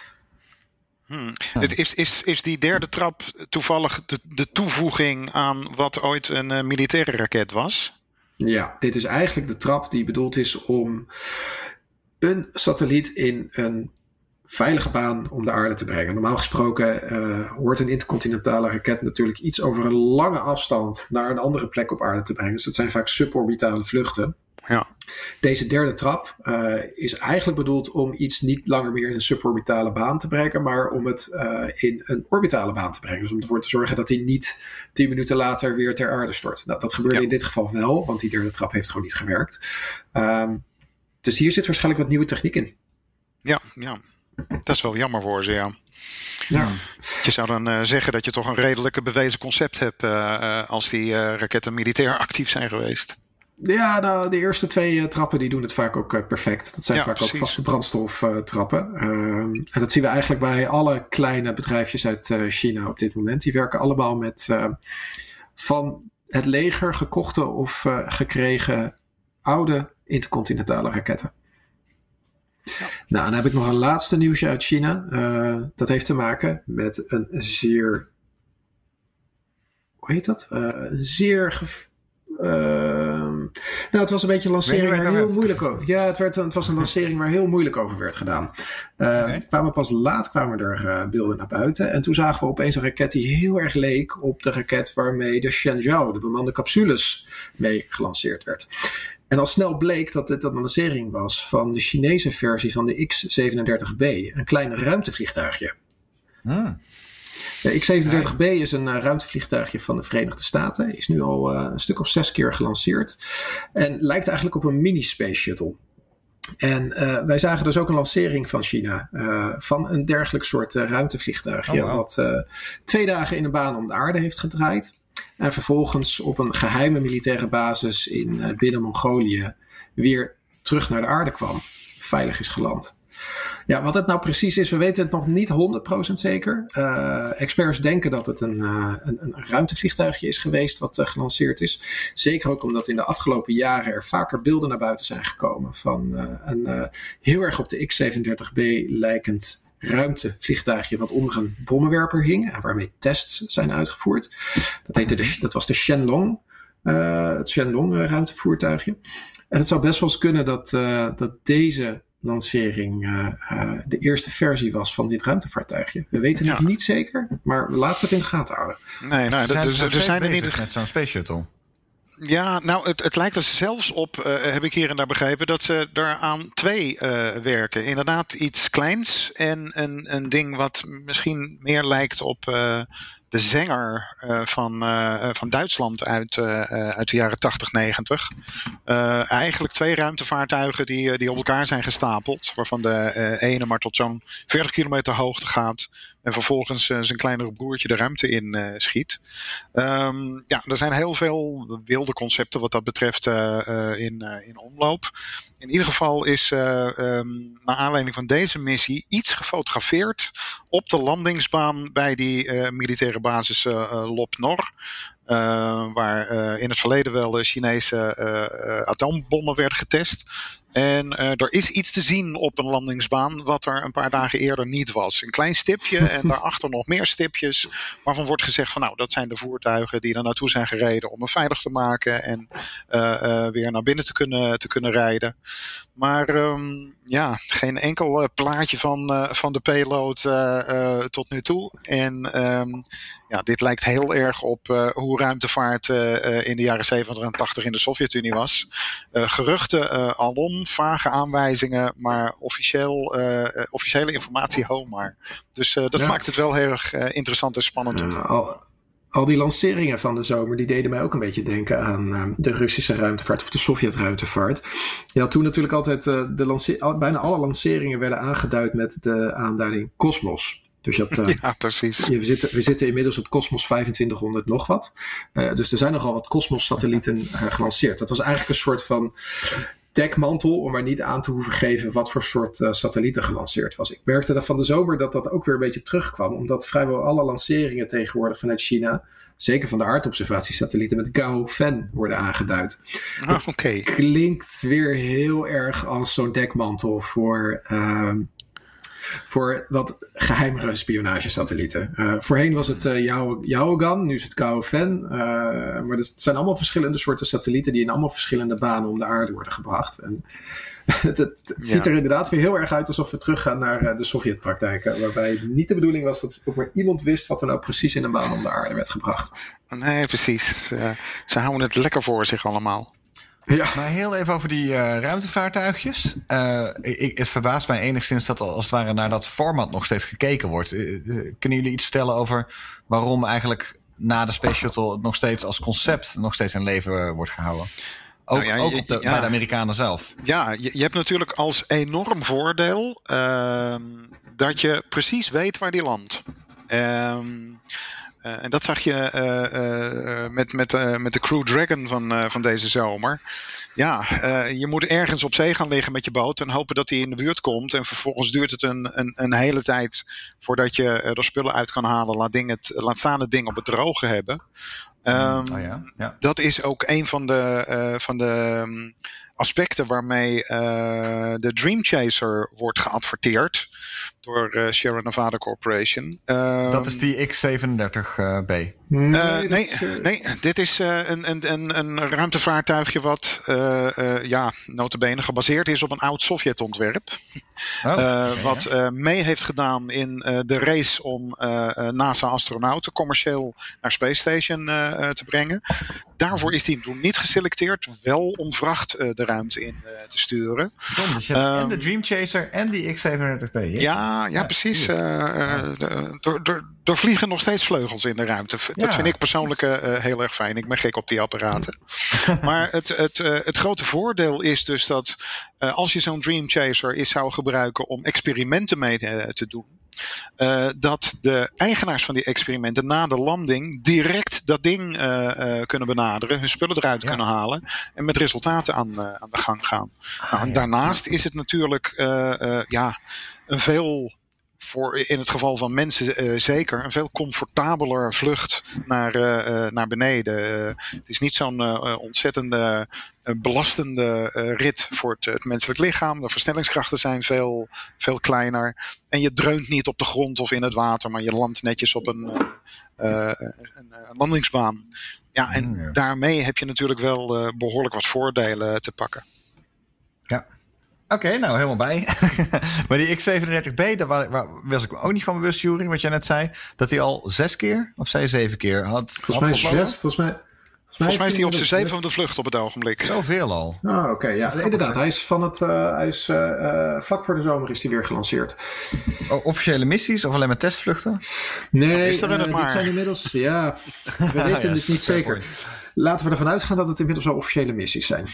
Hmm. Is, is, is die derde trap toevallig de, de toevoeging aan wat ooit een uh, militaire raket was? Ja, dit is eigenlijk de trap die bedoeld is om een satelliet in een veilige baan om de aarde te brengen. Normaal gesproken uh, hoort een intercontinentale raket natuurlijk iets over een lange afstand naar een andere plek op aarde te brengen. Dus dat zijn vaak suborbitale vluchten. Ja. Deze derde trap uh, is eigenlijk bedoeld om iets niet langer meer in een suborbitale baan te brengen, maar om het uh, in een orbitale baan te brengen. Dus om ervoor te zorgen dat hij niet tien minuten later weer ter aarde stort. Nou, dat gebeurde ja. in dit geval wel, want die derde trap heeft gewoon niet gewerkt. Um, dus hier zit waarschijnlijk wat nieuwe techniek in. Ja, ja. Dat is wel jammer voor ze, ja. Ja. Je zou dan uh, zeggen dat je toch een redelijke bewezen concept hebt uh, uh, als die uh, raketten militair actief zijn geweest. Ja, nou, de eerste twee uh, trappen die doen het vaak ook uh, perfect. Dat zijn ja, vaak precies. ook vaste brandstoftrappen. Uh, uh, en dat zien we eigenlijk bij alle kleine bedrijfjes uit uh, China op dit moment. Die werken allemaal met uh, van het leger gekochte of uh, gekregen oude intercontinentale raketten. Ja. Nou, dan heb ik nog een laatste nieuwsje uit China. Uh, dat heeft te maken met een zeer... Hoe heet dat? Uh, een zeer... Gev- Uh, nou, het was een beetje een lancering waar heel moeilijk over. Ja, het, werd, het was een lancering waar heel moeilijk over werd gedaan. Uh, okay. kwamen pas laat kwamen er uh, beelden naar buiten. En toen zagen we opeens een raket die heel erg leek op de raket waarmee de Shenzhou, de bemande capsules, mee gelanceerd werd. En al snel bleek dat dit een lancering was van de Chinese versie van de X zevenendertig B. Een klein ruimtevliegtuigje. Hmm. De X zevenendertig B is een uh, ruimtevliegtuigje van de Verenigde Staten. Is nu al uh, een stuk of zes keer gelanceerd. En lijkt eigenlijk op een mini-space shuttle. En uh, wij zagen dus ook een lancering van China. Uh, van een dergelijk soort uh, ruimtevliegtuigje. Oh, wow. Wat uh, twee dagen in een baan om de aarde heeft gedraaid. En vervolgens op een geheime militaire basis in uh, binnen Mongolië weer terug naar de aarde kwam. Veilig is geland. Ja, wat het nou precies is, we weten het nog niet honderd procent zeker. Uh, experts denken dat het een, uh, een, een ruimtevliegtuigje is geweest wat uh, gelanceerd is. Zeker ook omdat in de afgelopen jaren er vaker beelden naar buiten zijn gekomen van uh, een uh, heel erg op de X zevenendertig B lijkend ruimtevliegtuigje wat onder een bommenwerper hing en waarmee tests zijn uitgevoerd. Dat, heette de, dat was de Shenlong, uh, het Shenlong uh, ruimtevoertuigje. En het zou best wel eens kunnen dat, uh, dat deze lancering uh, uh, de eerste versie was van dit ruimtevaartuigje. We weten het ja. niet zeker, maar laten we het in de gaten houden. Nee, nou, zijn, dus, zijn er zijn er niet met zo'n space shuttle. Ja, nou, het, het lijkt er zelfs op, uh, heb ik hier en daar begrepen, dat ze er aan twee uh, werken. Inderdaad iets kleins en een, een ding wat misschien meer lijkt op uh, de Zenger uh, van, uh, van Duitsland uit, uh, uit de jaren tachtig, negentig. Uh, eigenlijk twee ruimtevaartuigen die, die op elkaar zijn gestapeld. Waarvan de uh, ene maar tot zo'n veertig kilometer hoogte gaat. En vervolgens uh, zijn kleinere broertje de ruimte in uh, schiet. Um, ja, er zijn heel veel wilde concepten wat dat betreft uh, uh, in, uh, in omloop. In ieder geval is uh, um, naar aanleiding van deze missie iets gefotografeerd op de landingsbaan bij die uh, militaire basis uh, uh, Lop Nor. Uh, waar uh, in het verleden wel de Chinese uh, uh, atoombommen werden getest. En uh, er is iets te zien op een landingsbaan wat er een paar dagen eerder niet was. Een klein stipje en daarachter nog meer stipjes. Waarvan wordt gezegd van nou, dat zijn de voertuigen die er naartoe zijn gereden om hem veilig te maken. En uh, uh, weer naar binnen te kunnen, te kunnen rijden. Maar um, ja, geen enkel uh, plaatje van, uh, van de payload uh, uh, tot nu toe. En um, ja, dit lijkt heel erg op uh, hoe ruimtevaart uh, uh, in de jaren zeventig en tachtig in de Sovjet-Unie was. Uh, geruchten uh, alom, vage aanwijzingen, maar officieel, uh, officiële informatie ho maar. Dus uh, dat ja. maakt het wel heel erg uh, interessant en spannend. Uh, al, al die lanceringen van de zomer, die deden mij ook een beetje denken aan uh, de Russische ruimtevaart of de Sovjet-ruimtevaart. Je had toen natuurlijk altijd, uh, de lance- bijna alle lanceringen werden aangeduid met de aanduiding Cosmos. Dus dat, uh, ja, precies. We zitten, we zitten inmiddels op Cosmos vijfentwintighonderd nog wat. Uh, dus er zijn nogal wat Cosmos-satellieten uh, gelanceerd. Dat was eigenlijk een soort van dekmantel om er niet aan te hoeven geven wat voor soort uh, satellieten gelanceerd was. Ik merkte dat van de zomer dat dat ook weer een beetje terugkwam. Omdat vrijwel alle lanceringen tegenwoordig vanuit China, zeker van de aardobservatiesatellieten, met Gaofen worden aangeduid. Ah, oké. Okay. Klinkt weer heel erg als zo'n dekmantel voor Uh, voor wat geheimere spionagesatellieten. Uh, voorheen was het uh, Yaogan, nu is het Gaofen. Uh, maar het zijn allemaal verschillende soorten satellieten die in allemaal verschillende banen om de aarde worden gebracht. En het, het, het ja. ziet er inderdaad weer heel erg uit alsof we teruggaan naar uh, de Sovjetpraktijken. Waarbij niet de bedoeling was dat ook maar iemand wist wat er nou precies in een baan om de aarde werd gebracht. Nee, precies. Uh, ze houden het lekker voor zich allemaal. Ja. Maar heel even over die uh, ruimtevaartuigjes. Uh, ik, het verbaast mij enigszins dat als het ware naar dat format nog steeds gekeken wordt. Uh, kunnen jullie iets vertellen over waarom eigenlijk na de Space Shuttle het nog steeds als concept nog steeds in leven wordt gehouden? Ook, nou ja, ook op de, ja. bij de Amerikanen zelf. Ja, je, je hebt natuurlijk als enorm voordeel Uh, dat je precies weet waar die landt. Um, Uh, en dat zag je uh, uh, met, met, uh, met de Crew Dragon van, uh, van deze zomer. Ja, uh, je moet ergens op zee gaan liggen met je boot en hopen dat hij in de buurt komt. En vervolgens duurt het een, een, een hele tijd voordat je uh, er spullen uit kan halen. Laat, ding het, laat staan het ding op het droge hebben. Um, oh ja, ja. Dat is ook een van de, uh, van de um, aspecten waarmee uh, de Dream Chaser wordt geadverteerd door uh, Sierra Nevada Corporation. Um, dat is die X zevenendertig B. Nee, uh, nee, uh, nee, dit is uh, een, een, een ruimtevaartuigje wat uh, uh, ja, nota bene gebaseerd is op een oud Sovjet-ontwerp. Oh, uh, okay, wat uh, mee heeft gedaan in uh, de race om uh, uh, NASA-astronauten commercieel naar Space Station uh, uh, te brengen. Daarvoor is die toen niet geselecteerd, wel om vracht uh, de ruimte in uh, te sturen. Dom, dus je hebt um, en de Dream Chaser en die X zevenendertig B. Ja, ja, ja, precies. Uh, uh, door, door, door vliegen nog steeds vleugels in de ruimte. Dat ja. vind ik persoonlijk uh, heel erg fijn. Ik ben gek op die apparaten. Maar het, het, uh, het grote voordeel is dus dat uh, als je zo'n Dream Chaser is zou gebruiken om experimenten mee te, te doen. Uh, dat de eigenaars van die experimenten na de landing direct dat ding uh, uh, kunnen benaderen, hun spullen eruit ja. kunnen halen en met resultaten aan, uh, aan de gang gaan. Ah, nou, en ja. daarnaast is het natuurlijk uh, uh, ja, een veel, voor in het geval van mensen uh, zeker, een veel comfortabeler vlucht naar, uh, uh, naar beneden. Uh, het is niet zo'n uh, ontzettende uh, belastende uh, rit voor het, het menselijk lichaam. De versnellingskrachten zijn veel, veel kleiner. En je dreunt niet op de grond of in het water, maar je landt netjes op een, uh, uh, een, een landingsbaan. Ja, en ja. daarmee heb je natuurlijk wel uh, behoorlijk wat voordelen te pakken. Ja. Oké, okay, nou helemaal bij. Maar die X zevenendertig B, daar was, waar, was ik me ook niet van bewust, Juri, wat jij net zei. Dat hij al zes keer, of zei zeven keer had. Volgens mij zes, volgens mij. Volgens mij is hij op zijn zevende vlucht op het ogenblik. Zoveel al. Ah, oké. Okay, ja, inderdaad. Hij is van het, uh, hij is, uh, uh, vlak voor de zomer is hij weer gelanceerd. Oh, officiële missies of alleen maar testvluchten? Nee, is er uh, dit zijn inmiddels, ja, we weten ja, het niet zeker. Point. Laten we ervan uitgaan dat het inmiddels wel officiële missies zijn.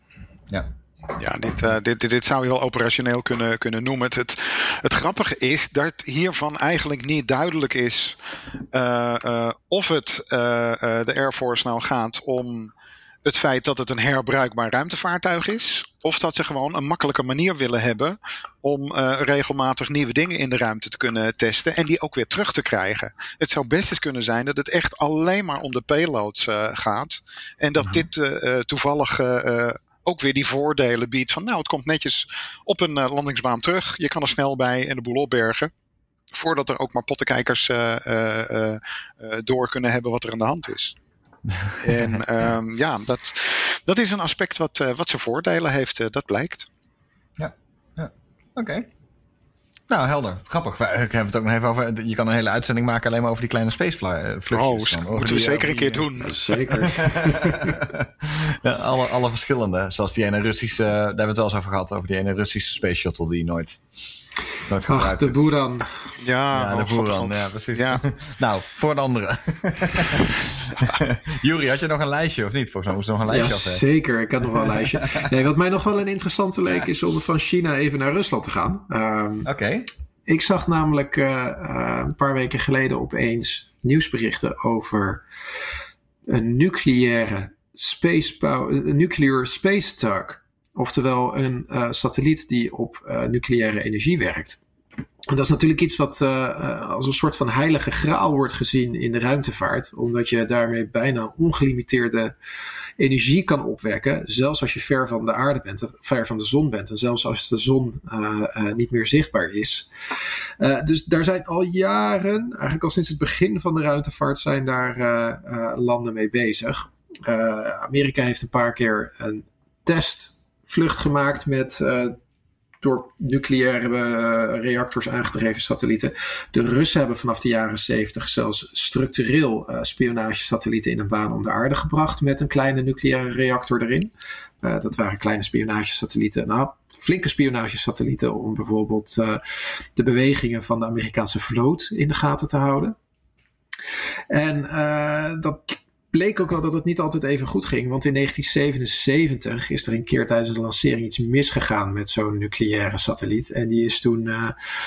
Ja. Ja, dit, uh, dit, dit, dit zou je wel operationeel kunnen, kunnen noemen. Het, het, het grappige is dat hiervan eigenlijk niet duidelijk is uh, uh, of het uh, uh, de Air Force nou gaat om het feit dat het een herbruikbaar ruimtevaartuig is, of dat ze gewoon een makkelijke manier willen hebben om uh, regelmatig nieuwe dingen in de ruimte te kunnen testen en die ook weer terug te krijgen. Het zou best eens kunnen zijn dat het echt alleen maar om de payloads uh, gaat en dat mm-hmm. dit uh, toevallig uh, ook weer die voordelen biedt van nou, het komt netjes op een uh, landingsbaan terug. Je kan er snel bij en de boel opbergen. Voordat er ook maar pottenkijkers uh, uh, uh, door kunnen hebben wat er aan de hand is. En um, ja, dat, dat is een aspect wat, uh, wat zijn voordelen heeft. Uh, dat blijkt. Ja, ja. oké. Okay. Nou, helder. Grappig. Ik heb het ook nog even over. Je kan een hele uitzending maken alleen maar over die kleine spacevluchtjes. Oh, over moeten die, we zeker een keer doen. Zeker. Ja, alle, alle verschillende. Zoals die ene Russische. Daar hebben we het wel eens over gehad. Over die ene Russische space shuttle die nooit. nooit Ach, de Buran. Ja, ja, de oh, Buran. God, God. Ja, precies. Ja. Nou, voor een andere. Juri, had je nog een lijstje of niet? Volgens mij moest je nog een lijstje ja, af. Hè? Zeker, ik had nog wel een lijstje. Nee, wat mij nog wel een interessante leek is om van China even naar Rusland te gaan. Um, Oké. Okay. Ik zag namelijk uh, uh, een paar weken geleden opeens nieuwsberichten over een nucleaire space power, een nuclear space tug. Oftewel een uh, satelliet die op uh, nucleaire energie werkt. En dat is natuurlijk iets wat uh, uh, als een soort van heilige graal wordt gezien in de ruimtevaart. Omdat je daarmee bijna ongelimiteerde energie kan opwekken. Zelfs als je ver van de aarde bent, ver van de zon bent. En zelfs als de zon uh, uh, niet meer zichtbaar is. Uh, dus daar zijn al jaren, eigenlijk al sinds het begin van de ruimtevaart, zijn daar uh, uh, landen mee bezig. Uh, Amerika heeft een paar keer een testvlucht gemaakt met Uh, door nucleaire uh, reactors aangedreven satellieten. De Russen hebben vanaf de jaren zeventig zelfs structureel uh, spionagesatellieten in een baan om de aarde gebracht met een kleine nucleaire reactor erin. Uh, dat waren kleine spionagesatellieten. Nou, flinke spionagesatellieten om bijvoorbeeld uh, de bewegingen van de Amerikaanse vloot in de gaten te houden. En uh, dat bleek ook wel dat het niet altijd even goed ging. Want in negentien zevenenzeventig is er een keer tijdens de lancering iets misgegaan met zo'n nucleaire satelliet. En die is toen uh,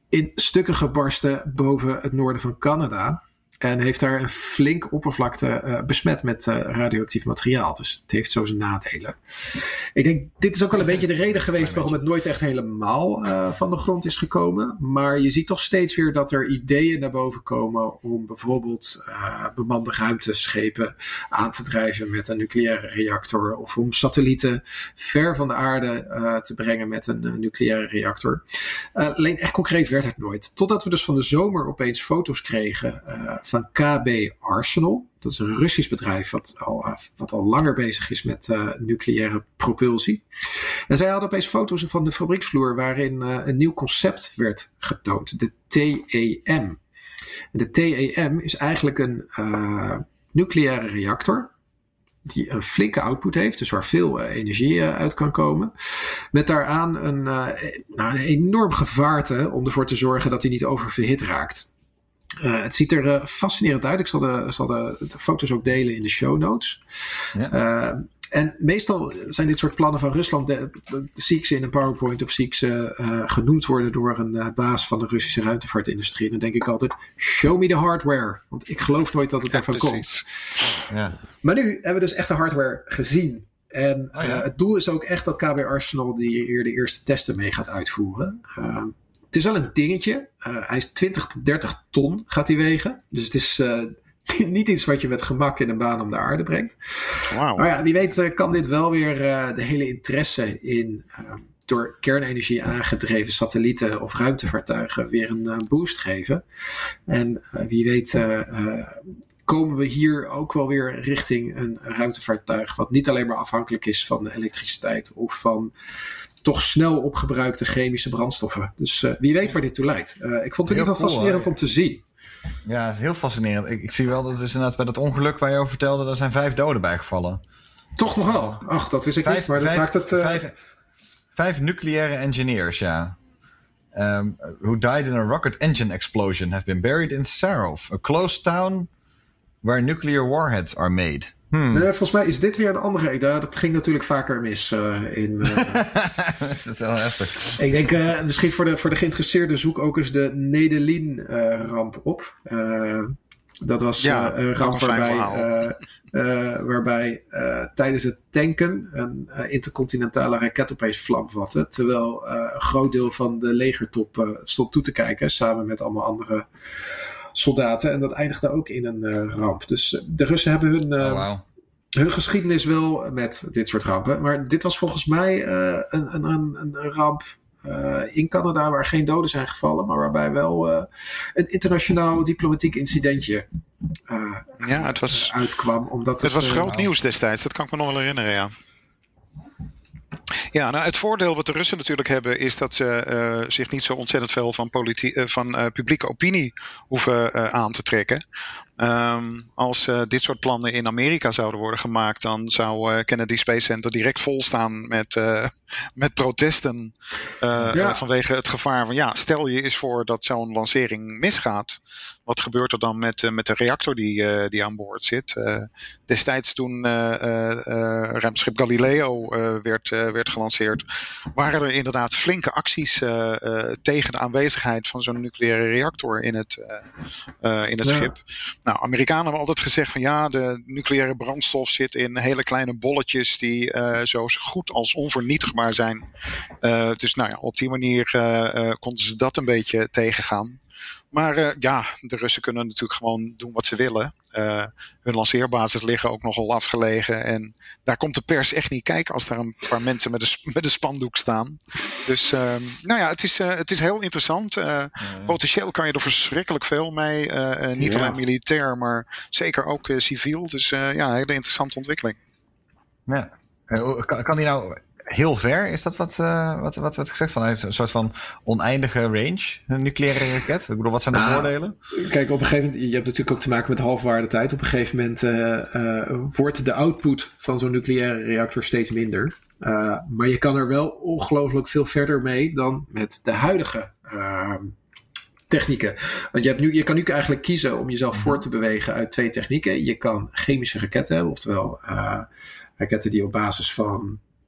in stukken gebarsten boven het noorden van Canada. En heeft daar een flink oppervlakte uh, besmet met uh, radioactief materiaal. Dus het heeft zo zijn nadelen. Ik denk, dit is ook wel een beetje de reden geweest waarom het nooit echt helemaal uh, van de grond is gekomen. Maar je ziet toch steeds weer dat er ideeën naar boven komen om bijvoorbeeld uh, bemande ruimteschepen aan te drijven met een nucleaire reactor. Of om satellieten ver van de aarde uh, te brengen met een uh, nucleaire reactor. Uh, alleen echt concreet werd het nooit. Totdat we dus van de zomer opeens foto's kregen uh, van K B Arsenal. Dat is een Russisch bedrijf wat al, wat al langer bezig is met uh, nucleaire propulsie. En zij hadden opeens foto's van de fabrieksvloer waarin uh, een nieuw concept werd getoond. De T E M. En de T E M is eigenlijk een uh, nucleaire reactor die een flinke output heeft, dus waar veel uh, energie uh, uit kan komen. Met daaraan een, uh, nou, een enorm gevaarte om ervoor te zorgen dat hij niet oververhit raakt. Uh, het ziet er uh, fascinerend uit. Ik zal, de, zal de, de foto's ook delen in de show notes. Ja. Uh, en meestal zijn dit soort plannen van Rusland, de, de, de zie ik ze in een PowerPoint of zie ik ze uh, genoemd worden door een uh, baas van de Russische ruimtevaartindustrie. En dan denk ik altijd, show me the hardware. Want ik geloof nooit dat het ja, ervan precies. komt. Ja. Maar nu hebben we dus echt de hardware gezien. En oh, ja. uh, het doel is ook echt dat K B Arsenal die hier de eerste testen mee gaat uitvoeren. Uh, Het is wel een dingetje. Uh, hij is twintig tot dertig ton gaat hij wegen. Dus het is uh, niet iets wat je met gemak in een baan om de aarde brengt. Wow. Maar ja, wie weet uh, kan dit wel weer uh, de hele interesse in uh, door kernenergie aangedreven satellieten of ruimtevaartuigen weer een uh, boost geven. En uh, wie weet uh, uh, komen we hier ook wel weer richting een ruimtevaartuig wat niet alleen maar afhankelijk is van de elektriciteit of van toch snel opgebruikte chemische brandstoffen. Dus uh, wie weet waar dit toe leidt. Uh, ik vond het in ieder geval cool, fascinerend hè? om te zien. Ja, heel fascinerend. Ik, ik zie wel dat het is inderdaad bij dat ongeluk waar je over vertelde, er zijn vijf doden bijgevallen. Toch nog wel? Ach, dat wist ik vijf, niet, maar vijf, dat maakt het... Uh... Vijf, vijf nucleaire engineers, ja. Um, who died in a rocket engine explosion have been buried in Sarov, a close town where nuclear warheads are made. Hmm. Nee, volgens mij is dit weer een andere. Dat ging natuurlijk vaker mis uh, in. Uh... dat is heel heftig. Ik denk uh, misschien voor de, voor de geïnteresseerden zoek ook eens de Nedelin-ramp uh, op. Uh, dat was ja, uh, een ramp waarbij, uh, uh, waarbij uh, tijdens het tanken een uh, intercontinentale raket opeens vlam vatte. Terwijl uh, een groot deel van de legertop uh, stond toe te kijken samen met allemaal andere soldaten. En dat eindigde ook in een uh, ramp. Dus uh, de Russen hebben hun, uh, oh, wow. hun geschiedenis wel met dit soort rampen. Maar dit was volgens mij uh, een, een, een, een ramp uh, in Canada waar geen doden zijn gevallen. Maar waarbij wel uh, een internationaal diplomatiek incidentje uh, ja, het was, uitkwam. Omdat het, het was uh, groot nieuws destijds. Dat kan ik me nog wel herinneren, ja. Ja, nou het voordeel wat de Russen natuurlijk hebben is dat ze uh, zich niet zo ontzettend veel van, politie- uh, van uh, publieke opinie hoeven uh, aan te trekken. Um, als uh, dit soort plannen in Amerika zouden worden gemaakt, dan zou uh, Kennedy Space Center direct volstaan met, uh, met protesten uh, ja. uh, vanwege het gevaar van ja, stel je eens voor dat zo'n lancering misgaat. Wat gebeurt er dan met, uh, met de reactor die, uh, die aan boord zit? Uh, destijds toen uh, uh, uh, ruimteschip Galileo uh, werd, uh, werd gelanceerd, waren er inderdaad flinke acties uh, uh, tegen de aanwezigheid van zo'n nucleaire reactor in het, uh, uh, in het ja. schip. Nou, Amerikanen hebben altijd gezegd van ja, de nucleaire brandstof zit in hele kleine bolletjes die uh, zo goed als onvernietigbaar zijn. Uh, dus nou ja, op die manier uh, uh, konden ze dat een beetje tegengaan. Maar uh, ja, de Russen kunnen natuurlijk gewoon doen wat ze willen. Uh, hun lanceerbasis liggen ook nogal afgelegen. En daar komt de pers echt niet kijken als daar een paar mensen met een, met een spandoek staan. Dus uh, nou ja, het is, uh, het is heel interessant. Uh, ja, ja. Potentieel kan je er verschrikkelijk veel mee. Uh, uh, niet ja. alleen militair, maar zeker ook uh, civiel. Dus uh, ja, een hele interessante ontwikkeling. Ja. Uh, kan, kan die nou heel ver? Is dat wat, uh, wat, wat, wat gezegd van? Een soort van oneindige range, een nucleaire raket? Ik bedoel, wat zijn de nou, voordelen? Kijk, op een gegeven moment, je hebt natuurlijk ook te maken met halfwaardetijd. Op een gegeven moment uh, uh, wordt de output van zo'n nucleaire reactor steeds minder. Uh, maar je kan er wel ongelooflijk veel verder mee dan met de huidige uh, technieken. Want je, hebt nu, je kan nu eigenlijk kiezen om jezelf mm-hmm. voor te bewegen uit twee technieken. Je kan chemische raketten hebben, oftewel uh, raketten die op basis van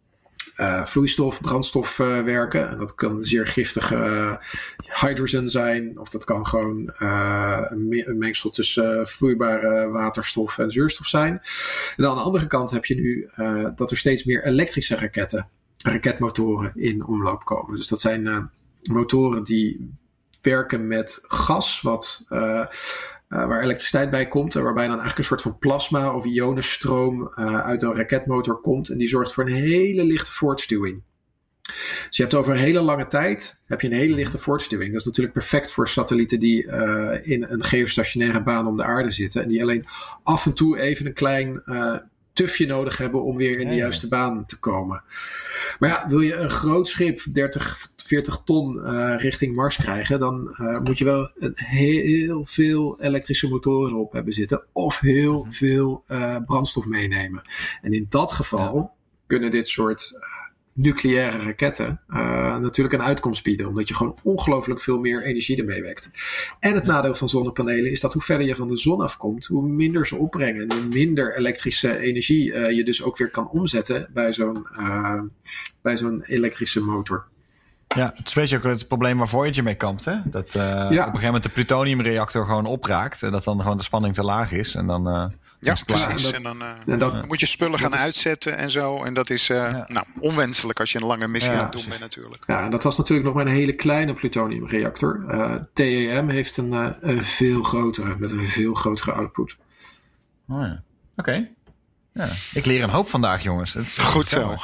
uh, vloeistof, brandstof uh, werken. En dat kan zeer giftige uh, hydrogen zijn. Of dat kan gewoon uh, een, me- een mengsel tussen uh, vloeibare waterstof en zuurstof zijn. En aan de andere kant heb je nu uh, dat er steeds meer elektrische raketten, raketmotoren in omloop komen. Dus dat zijn uh, motoren die werken met gas, wat, uh, uh, waar elektriciteit bij komt. En waarbij dan eigenlijk een soort van plasma of ionenstroom uh, uit een raketmotor komt. En die zorgt voor een hele lichte voortstuwing. Dus je hebt over een hele lange tijd heb je een hele lichte voortstuwing. Dat is natuurlijk perfect voor satellieten die uh, in een geostationaire baan om de aarde zitten. En die alleen af en toe even een klein uh, tufje nodig hebben om weer in de juiste baan te komen. Maar ja, wil je een groot schip, dertig, veertig ton uh, richting Mars krijgen, dan uh, moet je wel een heel, heel veel elektrische motoren erop hebben zitten. Of heel veel uh, brandstof meenemen. En in dat geval ja. kunnen dit soort uh, nucleaire raketten uh, natuurlijk een uitkomst bieden. Omdat je gewoon ongelooflijk veel meer energie ermee wekt. En het ja. nadeel van zonnepanelen is dat hoe verder je van de zon afkomt, hoe minder ze opbrengen. En hoe minder elektrische energie uh, je dus ook weer kan omzetten bij zo'n, uh, bij zo'n elektrische motor. Ja, het is een beetje ook het probleem waar Voyager mee kampt. Hè? Dat uh, ja. op een gegeven moment de plutoniumreactor gewoon opraakt. En dat dan gewoon de spanning te laag is. En dan... Uh, Ja, precies. En dan, uh, en dat, dan moet je spullen gaan is, uitzetten en zo. En dat is uh, ja. nou, onwenselijk als je een lange missie ja, aan het doen bent natuurlijk. Ja, en dat was natuurlijk nog maar een hele kleine plutoniumreactor. Uh, T E M heeft een, uh, een veel grotere, met een veel grotere output. Oh ja. Oké. Okay. Ja. Ik leer een hoop vandaag, jongens. Het is goed zo.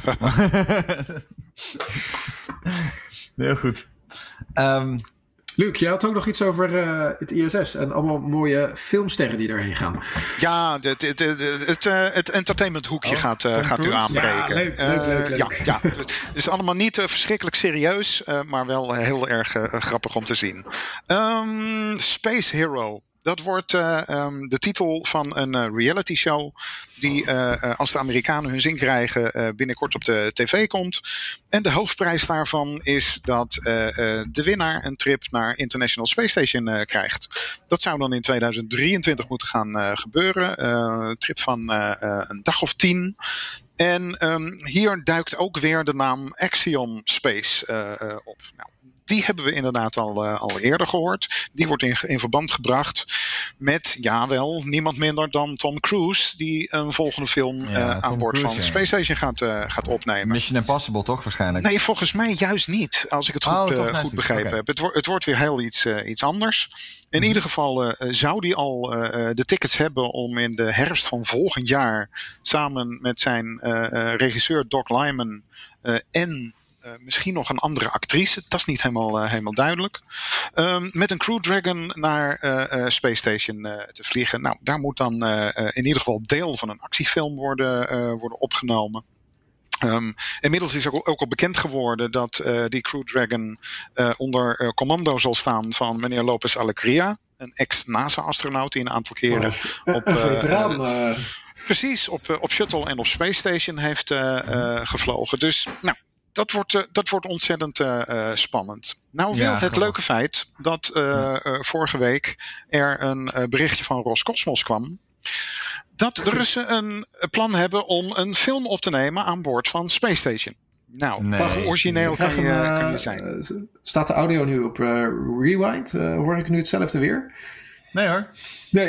Heel goed. Um, Luc, jij had ook nog iets over uh, het I S S en allemaal mooie filmsterren die daarheen gaan. Ja, het, het, het, het, het entertainmenthoekje oh, gaat, uh, gaat u aanbreken. Ja, leuk, leuk, leuk, leuk. Uh, ja, ja, het is allemaal niet uh, verschrikkelijk serieus, uh, maar wel heel erg uh, grappig om te zien. Um, Space Hero. Dat wordt uh, um, de titel van een uh, reality show die uh, uh, als de Amerikanen hun zin krijgen uh, binnenkort op de tv komt. En de hoofdprijs daarvan is dat uh, uh, de winnaar een trip naar International Space Station uh, krijgt. Dat zou dan in tweeduizend drieëntwintig moeten gaan uh, gebeuren. Uh, een trip van uh, uh, een dag of tien. En um, hier duikt ook weer de naam Axiom Space uh, uh, op. Nou, die hebben we inderdaad al, uh, al eerder gehoord. Die wordt in, in verband gebracht met, jawel, niemand minder dan Tom Cruise, die een volgende film ja, uh, aan boord Cruise, van ja. Space Station gaat, uh, gaat opnemen. Mission Impossible toch waarschijnlijk? Nee, volgens mij juist niet, als ik het goed, oh, uh, goed begrepen okay. heb. Het, wo- het wordt weer heel iets, uh, iets anders. In mm-hmm. ieder geval uh, zou die al uh, de tickets hebben om in de herfst van volgend jaar samen met zijn uh, uh, regisseur Doc Liman uh, en Uh, misschien nog een andere actrice. Dat is niet helemaal, uh, helemaal duidelijk. Um, met een Crew Dragon naar uh, uh, Space Station uh, te vliegen. Nou, daar moet dan uh, uh, in ieder geval deel van een actiefilm worden, uh, worden opgenomen. Um, inmiddels is ook, ook al bekend geworden dat uh, die Crew Dragon uh, onder uh, commando zal staan van meneer Lopez Alegria. Een ex-NASA-astronaut die een aantal keren oh, op... Een veteraan... Uh, uh, precies, op, uh, op Shuttle en op Space Station heeft uh, uh, gevlogen. Dus, nou... Dat wordt, uh, dat wordt ontzettend uh, uh, spannend. Nou wil ja, het leuke feit dat uh, uh, vorige week er een uh, berichtje van Roscosmos kwam. Dat de Russen een plan hebben om een film op te nemen aan boord van Space Station. Nou, nee. Hoe origineel kan je, uh, kan je zijn? Uh, staat de audio nu op uh, rewind? Uh, hoor ik nu hetzelfde weer? Nee hoor. Nee.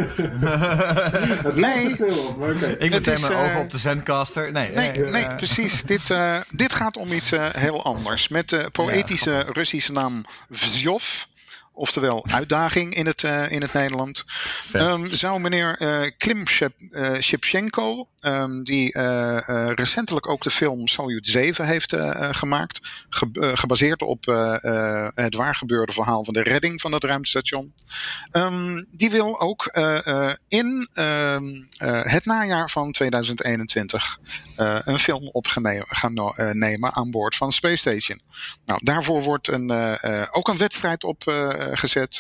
nee. Op, okay. Ik meteen mijn uh, ogen op de Zencaster. Nee, nee, uh, nee precies. Dit, uh, dit gaat om iets uh, heel anders. Met de poëtische ja, Russische naam Vzjov. Oftewel uitdaging in het, uh, in het Nederland. Um, zou meneer uh, Klim Shevchenko, um, die uh, uh, recentelijk ook de film Salyut zeven heeft uh, gemaakt. Ge- uh, gebaseerd op uh, uh, het waargebeurde verhaal van de redding van het ruimtestation. Um, die wil ook uh, uh, in uh, uh, het najaar van tweeduizend eenentwintig uh, een film op gene- gaan no- uh, nemen aan boord van Space Station. Nou, daarvoor wordt een, uh, uh, ook een wedstrijd op uh, gezet.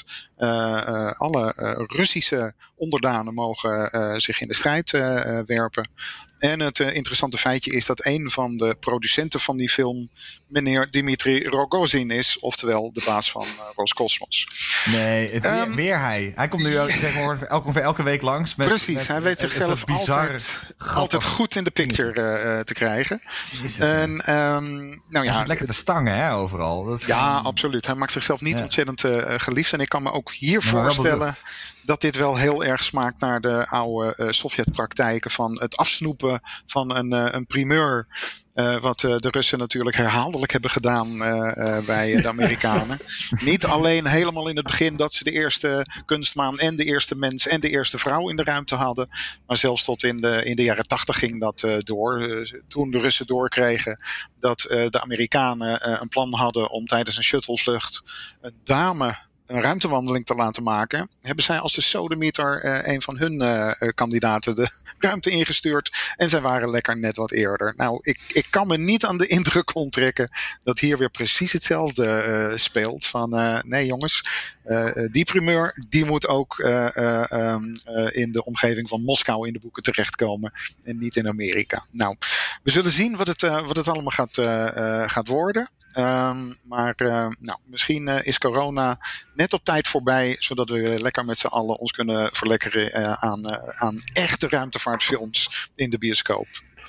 Uh, uh, alle uh, Russische onderdanen mogen uh, zich in de strijd uh, werpen. En het uh, interessante feitje is dat een van de producenten van die film meneer Dmitri Rogozin is, oftewel de baas van uh, Roscosmos. Nee, het, um, weer, weer hij. Hij komt nu tegenwoordig elke, elke week langs. Met, precies, met, hij weet zichzelf altijd, altijd goed in de picture uh, te krijgen. En, um, nou ja, hij lekker te stangen, hè, overal. Dat is ja, gewoon... absoluut. Hij maakt zichzelf niet ja. ontzettend uh, geliefd. En ik kan me ook hier ja, voorstellen dat dit wel heel erg smaakt naar de oude uh, Sovjet-praktijken van het afsnoepen van een, uh, een primeur. Uh, wat uh, de Russen natuurlijk herhaaldelijk hebben gedaan uh, uh, bij de Amerikanen. Niet alleen helemaal in het begin dat ze de eerste kunstmaan en de eerste mens en de eerste vrouw in de ruimte hadden. Maar zelfs tot in de, in de jaren tachtig ging dat uh, door. Uh, toen de Russen doorkregen dat uh, de Amerikanen uh, een plan hadden om tijdens een shuttlevlucht een dame een ruimtewandeling te laten maken, hebben zij als de sodemieter uh, een van hun uh, kandidaten de ruimte ingestuurd. En zij waren lekker net wat eerder. Nou, ik, ik kan me niet aan de indruk onttrekken dat hier weer precies hetzelfde uh, speelt. Van uh, nee jongens, uh, die primeur die moet ook uh, uh, um, uh, in de omgeving van Moskou in de boeken terechtkomen. En niet in Amerika. Nou, we zullen zien wat het, uh, wat het allemaal gaat, uh, uh, gaat worden. Um, maar uh, nou, misschien uh, is corona net op tijd voorbij, zodat we lekker met z'n allen ons kunnen verlekkeren uh, aan, uh, aan echte ruimtevaartfilms in de bioscoop.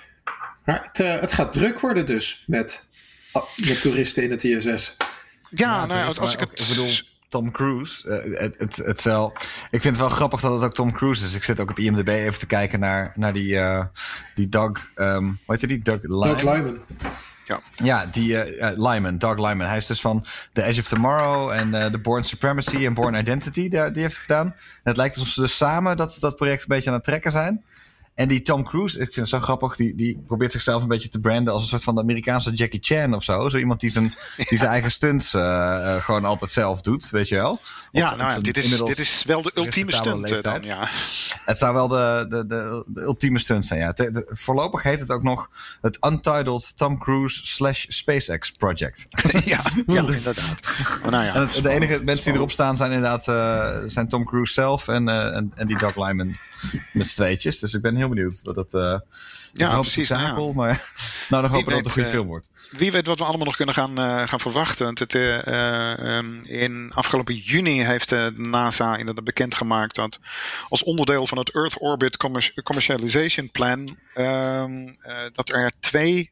Maar het, uh, het gaat druk worden dus met, met toeristen in het I S S. Ja, ja nou, als, als ik het... Ik bedoel, Tom Cruise. Uh, het, het, het wel, ik vind het wel grappig dat het ook Tom Cruise is. Ik zit ook op I M D B even te kijken naar, naar die, uh, die Doug... Um, hoe heet die? Doug Liman. Doug Liman. Ja, ja die uh, Liman, Doug Liman. Hij is dus van The Edge of Tomorrow en uh, The Bourne Supremacy en Bourne Identity. Die, die heeft gedaan. En het lijkt alsof ze dus samen dat, dat project een beetje aan het trekken zijn. En die Tom Cruise, ik vind het zo grappig, die, die probeert zichzelf een beetje te branden als een soort van de Amerikaanse Jackie Chan of zo. Zo iemand die zijn, ja. die zijn eigen stunts uh, uh, gewoon altijd zelf doet, weet je wel. Of, ja, nou ja, dit is, dit is wel de ultieme stunt dan, ja. Het zou wel de, de, de, de ultieme stunt zijn, ja. De, de, voorlopig heet het ook nog het Untitled Tom Cruise slash SpaceX Project. ja, ja dus, inderdaad. Maar nou ja, en het, de enige mensen die erop staan zijn inderdaad uh, zijn Tom Cruise zelf en, uh, en, en die Doug Liman met z'n tweetjes. Dus ik ben heel benieuwd wat dat... Uh, ja, precies. Takel, nou ja. Maar nou, dan hopen we dat het een goede uh, film wordt. Wie weet wat we allemaal nog kunnen gaan, uh, gaan verwachten. Want het, uh, um, in afgelopen juni heeft uh, de NASA inderdaad bekendgemaakt dat als onderdeel van het Earth Orbit Commercialization Plan um, uh, dat er twee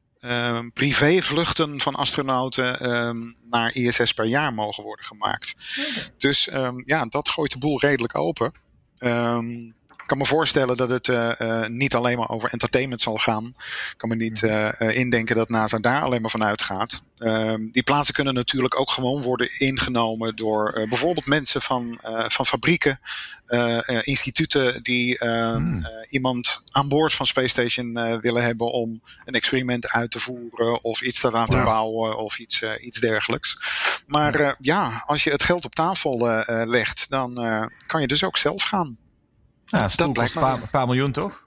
um, privévluchten van astronauten um, naar I S S per jaar mogen worden gemaakt. Okay. Dus um, ja, dat gooit de boel redelijk open. Um, Ik kan me voorstellen dat het uh, uh, niet alleen maar over entertainment zal gaan. Ik kan me niet uh, uh, indenken dat NASA daar alleen maar van uitgaat. Uh, die plaatsen kunnen natuurlijk ook gewoon worden ingenomen door uh, bijvoorbeeld mensen van, uh, van fabrieken, uh, uh, instituten die uh, hmm. uh, iemand aan boord van Space Station uh, willen hebben om een experiment uit te voeren of iets te laten wow. bouwen of iets, uh, iets dergelijks. Maar uh, ja, als je het geld op tafel uh, uh, legt, dan uh, kan je dus ook zelf gaan. Ja, dat blijkt een paar, paar miljoen, toch?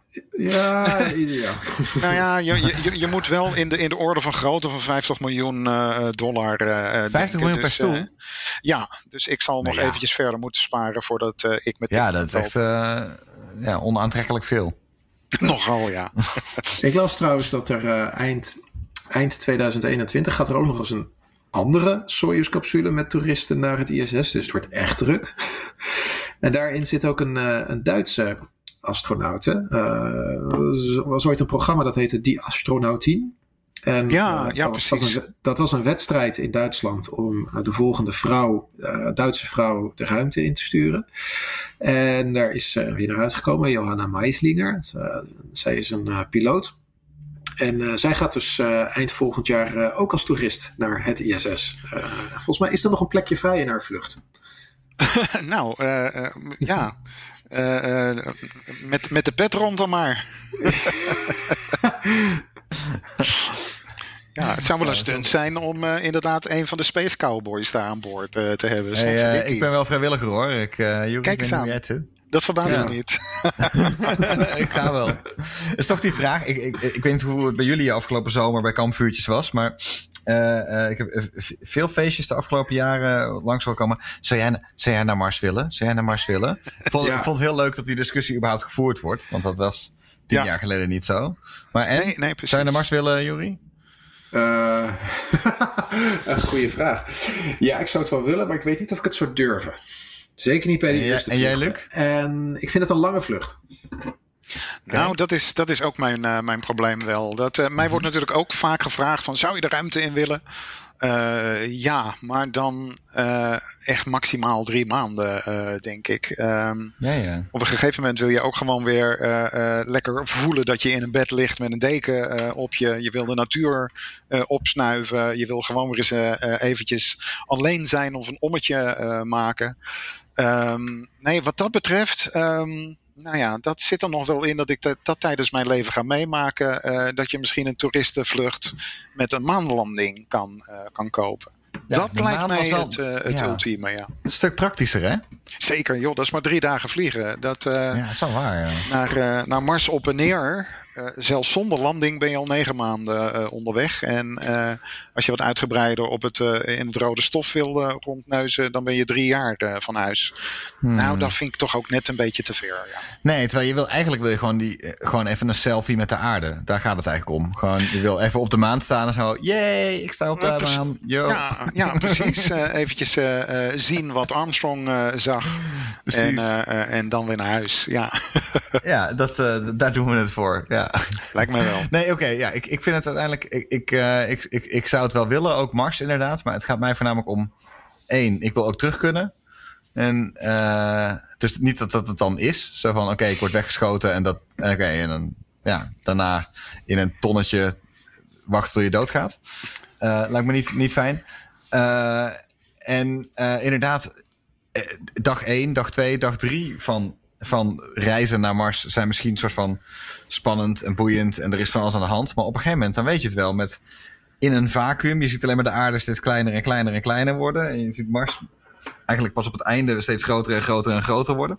Ja, ideaal. Nou ja, je, je, je moet wel in de, in de orde van grootte van vijftig miljoen uh, dollar uh, vijftig denken. miljoen dus, per stoel? Uh, ja, dus ik zal nog nou ja. eventjes verder moeten sparen voordat uh, ik met... Ja, dat is echt uh, ja, onaantrekkelijk veel. Nogal, ja. Ik las trouwens dat er uh, eind, eind tweeduizend eenentwintig gaat er ook nog eens een andere Soyuz-capsule met toeristen naar het I S S. Dus het wordt echt druk. En daarin zit ook een, uh, een Duitse astronaut. Uh, er was ooit een programma dat heette Die Astronautien. En, ja, uh, ja dat, precies. was een, dat was een wedstrijd in Duitsland om uh, de volgende vrouw, uh, Duitse vrouw, de ruimte in te sturen. En daar is uh, weer naar uitgekomen, Johanna Meislinger. Uh, zij is een uh, piloot. En uh, zij gaat dus uh, eind volgend jaar uh, ook als toerist naar het I S S. Uh, volgens mij is er nog een plekje vrij in haar vlucht. nou, uh, uh, ja. Uh, uh, met, met de pet rond dan maar. Ja, het zou wel een stunt zijn om uh, inderdaad een van de Space Cowboys daar aan boord uh, te hebben. Hey, uh, ik ben wel vrijwilliger hoor. Ik, uh, Juri, Kijk eens aan. Jij dat verbaast ja. me niet. Ik ga wel. Is toch die vraag. Ik, ik, ik weet niet hoe het bij jullie afgelopen zomer bij kampvuurtjes was. Maar Uh, uh, ik heb uh, veel feestjes de afgelopen jaren langs wil komen. Zou jij, zou jij naar Mars willen? Zou jij naar Mars willen? Vond, ja. Ik vond het heel leuk dat die discussie überhaupt gevoerd wordt. Want dat was tien ja. jaar geleden niet zo. Maar en, nee, nee, zou je naar Mars willen, Joeri? Uh, een goede vraag. Ja, ik zou het wel willen, maar ik weet niet of ik het zou durven. Zeker niet bij de en eerste En vlucht. jij, Luc? En ik vind het een lange vlucht. Nou, dat is, dat is ook mijn, uh, mijn probleem wel. Dat, uh, mij wordt natuurlijk ook vaak gevraagd van, zou je de ruimte in willen? Uh, ja, maar dan uh, echt maximaal drie maanden, uh, denk ik. Um, ja, ja. Op een gegeven moment wil je ook gewoon weer uh, uh, lekker voelen dat je in een bed ligt met een deken uh, op je. Je wil de natuur uh, opsnuiven. Je wil gewoon weer eens uh, eventjes alleen zijn of een ommetje uh, maken. Um, nee, wat dat betreft... Um, Nou ja, dat zit er nog wel in dat ik dat, dat tijdens mijn leven ga meemaken. Uh, dat je misschien een toeristenvlucht met een maanlanding kan, uh, kan kopen. Ja, dat lijkt mij wel, het, uh, het ja. ultieme, ja. Een stuk praktischer, hè? Zeker, joh. Dat is maar drie dagen vliegen. Dat, uh, ja, dat is wel waar, ja. Naar, uh, naar Mars op en neer... Uh, zelfs zonder landing ben je al negen maanden uh, onderweg. En uh, als je wat uitgebreider op het, uh, in het rode stof wil uh, rondneuzen, dan ben je drie jaar uh, van huis. Hmm. Nou, dat vind ik toch ook net een beetje te ver. Ja. Nee, terwijl je wil eigenlijk wil je gewoon, die, uh, gewoon even een selfie met de aarde. Daar gaat het eigenlijk om. Gewoon, je wil even op de maan staan en zo. Yay, ik sta op de ja, maan. Yo. Ja, ja, precies. Uh, eventjes uh, uh, zien wat Armstrong uh, zag. En, uh, uh, en dan weer naar huis. Ja, ja dat, uh, daar doen we het voor. Ja. Lijkt mij wel. Nee, oké. Okay, ja, ik, ik vind het uiteindelijk... Ik, ik, uh, ik, ik, ik zou het wel willen, ook Mars inderdaad. Maar het gaat mij voornamelijk om... één, ik wil ook terug kunnen. En uh, dus niet dat dat het dan is. Zo van, oké, okay, ik word weggeschoten en dat... Oké, okay, en dan ja, daarna in een tonnetje wachten tot je doodgaat. Uh, lijkt me niet, niet fijn. Uh, en uh, inderdaad, dag één, dag twee, dag drie van... van reizen naar Mars zijn misschien een soort van spannend en boeiend en er is van alles aan de hand. Maar op een gegeven moment, dan weet je het wel, met in een vacuüm, je ziet alleen maar de aarde steeds kleiner en kleiner en kleiner worden. En je ziet Mars eigenlijk pas op het einde steeds groter en groter en groter worden.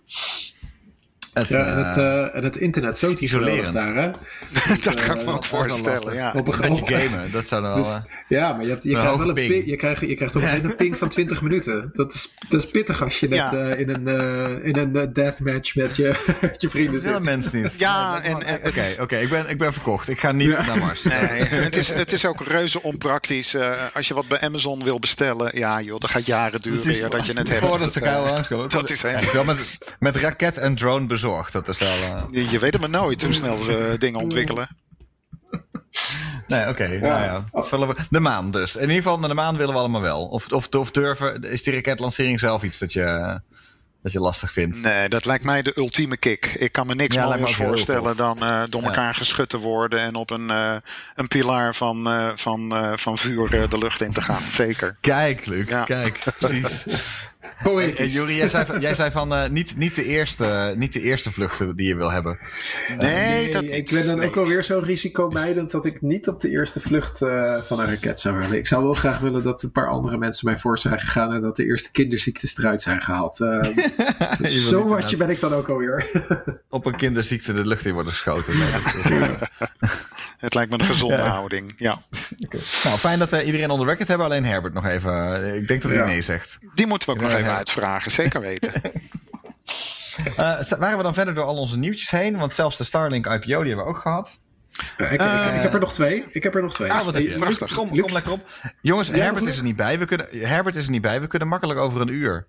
Het, ja, en het, uh, en het internet zo isolerend daar, hè? Dat kan ik me ook voorstellen, ja. Op een beetje gamen, dat zou dan wel... Dus, ja, maar je, hebt, je, krijgt wel een ping. Ping, je, krijgt, je krijgt op een gegeven moment een ping van twintig minuten. Dat is, dat is pittig als je net ja. uh, in een, uh, in een uh, deathmatch met je, met je vrienden zit. Dat willen mensen niet. Ja, en... Oké, okay, okay, ik, ben, ik ben verkocht. Ik ga niet ja. naar Mars. Nee, het, is, het is ook reuze onpraktisch. Uh, als je wat bij Amazon wil bestellen, ja joh, dat gaat jaren duren Precies, eer dat je het hebt. Voordat ze uh, langskomen. Dat is ja, wel met, met raket en drone bezorgd. Dat is wel... Je, je weet het maar nooit hoe snel ze dingen ontwikkelen. Nee, oké. Okay, ja. nou ja. De maan dus. In ieder geval, naar de maan willen we allemaal wel. Of, of, of durven, is die raketlancering zelf iets dat je, dat je lastig vindt? Nee, dat lijkt mij de ultieme kick. Ik kan me niks ja, mooiers voorstellen dan uh, door elkaar ja. geschud te worden en op een, uh, een pilaar van, uh, van, uh, van vuur uh, de lucht in te gaan. Zeker. Kijk, Luc. Ja. Kijk, precies. Poëtisch. Juri, jij zei van, jij zei van uh, niet, niet, de eerste, niet de eerste vluchten die je wil hebben. Nee, uh, nee dat, ik ben dan nee. ook alweer zo risicomijdend dat ik niet op de eerste vlucht uh, van een raket zou willen. Ik zou wel graag willen dat een paar andere mensen mij voor zijn gegaan en dat de eerste kinderziektes eruit zijn gehaald. Uh, zo watje ben ik dan ook alweer. Op een kinderziekte de lucht in worden geschoten. Nee, ja. Het lijkt me een gezonde ja. houding. Ja. Okay. Nou, fijn dat we iedereen on the record hebben. Alleen Herbert nog even. Ik denk dat hij ja. nee zegt. Die moeten we ook nog even Herbert. uitvragen. Zeker weten. uh, waren we dan verder door al onze nieuwtjes heen? Want zelfs de Starlink I P O die hebben we ook gehad. Uh, ik, uh, ik, ik heb er nog twee. Ik heb er nog twee. Ah, wat hey, prachtig. Kom, kom lekker op. Jongens, ja, Herbert is er niet bij. We kunnen, Herbert is er niet bij. We kunnen makkelijk over een uur.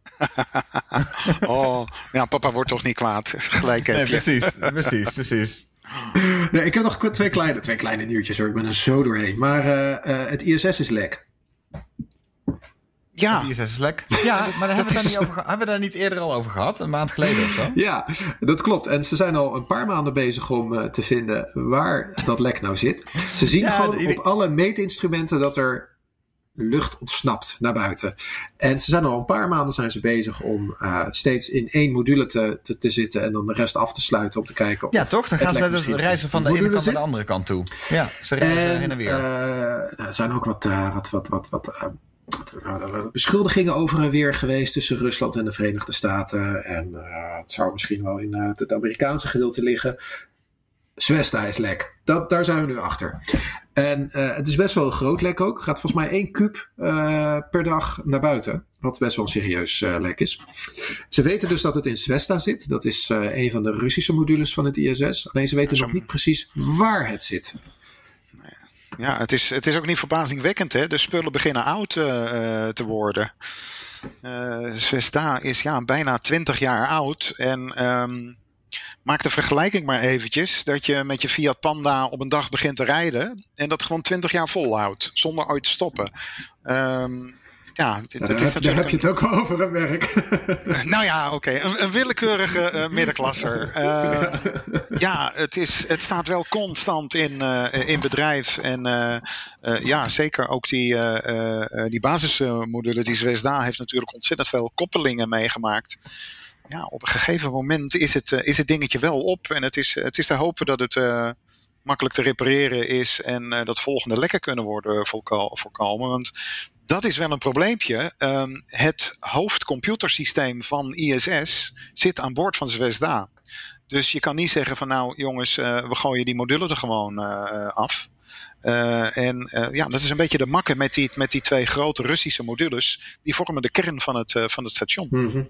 Oh, ja, papa wordt toch niet kwaad. Gelijk heb nee, je. Precies, precies, precies. Nee, ik heb nog twee kleine, twee kleine nieuwtjes hoor. Ik ben er zo doorheen. Maar uh, uh, het I S S is lek. Ja. Het I S S is lek. Ja, maar daar hebben, we daar niet over, hebben we daar niet eerder al over gehad? Een maand geleden of zo? Ja, dat klopt. En ze zijn al een paar maanden bezig om uh, te vinden waar dat lek nou zit. Ze zien ja, gewoon de, op alle meetinstrumenten dat er lucht ontsnapt naar buiten. En ze zijn al een paar maanden zijn ze bezig om uh, steeds in één module te, te, te zitten en dan de rest af te sluiten om te kijken. Ja, toch? Dan gaan ze dus reizen van de ene kant zit. naar de andere kant toe. Ja, ze reizen en, heen en weer. Uh, er zijn ook wat, uh, wat, wat, wat, wat uh, beschuldigingen over en weer geweest tussen Rusland en de Verenigde Staten. En uh, het zou misschien wel in uh, het Amerikaanse gedeelte liggen. Zvezda is lek. Dat, daar zijn we nu achter. En uh, het is best wel een groot lek ook. Gaat volgens mij één kuub uh, per dag naar buiten. Wat best wel een serieus uh, lek is. Ze weten dus dat het in Zvezda zit. Dat is uh, een van de Russische modules van het I S S. Alleen ze weten nog niet precies waar het zit. Ja, het is, het is ook niet verbazingwekkend. Hè? De spullen beginnen oud uh, te worden. Uh, Zvezda is ja, bijna twintig jaar oud. En um, maak de vergelijking maar eventjes. Dat je met je Fiat Panda op een dag begint te rijden. En dat gewoon twintig jaar volhoudt. Zonder ooit te stoppen. Um, Ja, het, ja, het daar, is heb, daar heb je het ook over, een merk. Nou ja, oké. Okay. Een, een willekeurige uh, middenklasser. Uh, ja, het, is, het staat wel constant in, uh, in bedrijf. En uh, uh, ja, zeker ook die, uh, uh, die basismodule. Die Zvezda heeft natuurlijk ontzettend veel koppelingen meegemaakt. Ja, op een gegeven moment is het, uh, is het dingetje wel op. En het is, het is te hopen dat het uh, makkelijk te repareren is. En uh, dat volgende lekken kunnen worden voorkomen. Want dat is wel een probleempje. Um, het hoofdcomputersysteem van I S S zit aan boord van Zvezda. Dus je kan niet zeggen van nou jongens, uh, we gooien die module er gewoon uh, af. Uh, en uh, ja, dat is een beetje de makke met die, met die twee grote Russische modules. Die vormen de kern van het, uh, van het station. Mm-hmm.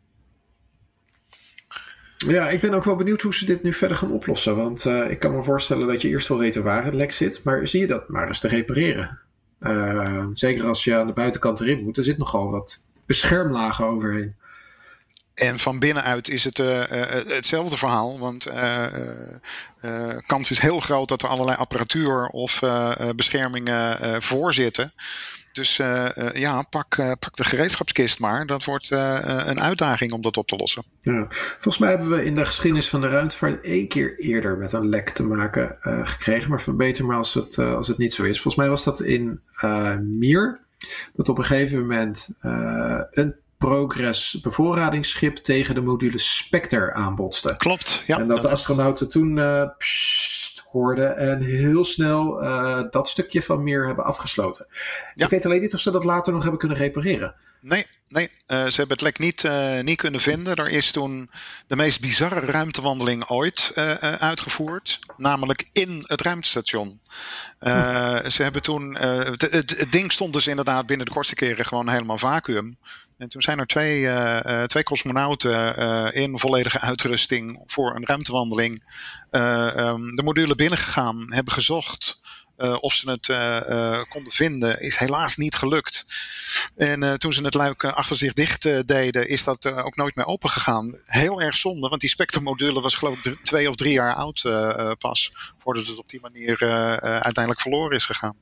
Ja, ik ben ook wel benieuwd hoe ze dit nu verder gaan oplossen. Want uh, ik kan me voorstellen dat je eerst wel weet waar het lek zit. Maar zie je dat maar eens te repareren. Uh, zeker als je aan de buitenkant erin moet. Er zit nogal wat beschermlagen overheen. En van binnenuit is het uh, uh, hetzelfde verhaal. Want uh, uh, kans is heel groot dat er allerlei apparatuur of uh, beschermingen uh, voor zitten. Dus uh, uh, ja, pak, uh, pak de gereedschapskist maar. Dat wordt uh, een uitdaging om dat op te lossen. Ja. Volgens mij hebben we in de geschiedenis van de ruimtevaart één keer eerder met een lek te maken uh, gekregen. Maar verbeter me als het, uh, als het niet zo is. Volgens mij was dat in uh, Mir. Dat op een gegeven moment uh, een Progress bevoorradingsschip tegen de module Spectre aanbotste. Klopt, ja. En dat de astronauten toen uh, pssst, hoorden en heel snel uh, dat stukje van Mir hebben afgesloten. Ja. Ik weet alleen niet of ze dat later nog hebben kunnen repareren. Nee, nee. Uh, ze hebben het lek niet, uh, niet kunnen vinden. Er is toen de meest bizarre ruimtewandeling ooit uh, uh, uitgevoerd. Namelijk in het ruimtestation. Uh, hm. Ze hebben toen... Uh, het, het, het ding stond dus inderdaad binnen de kortste keren gewoon helemaal vacuüm. En toen zijn er twee, uh, uh, twee cosmonauten uh, in volledige uitrusting voor een ruimtewandeling uh, um, de module binnengegaan. Hebben gezocht uh, of ze het uh, uh, konden vinden. Is helaas niet gelukt. En uh, toen ze het luik uh, achter zich dicht uh, deden, is dat uh, ook nooit meer open gegaan. Heel erg zonde, want die Spectre-module was geloof ik d- twee of drie jaar oud uh, uh, pas. Voordat het op die manier uh, uh, uiteindelijk verloren is gegaan.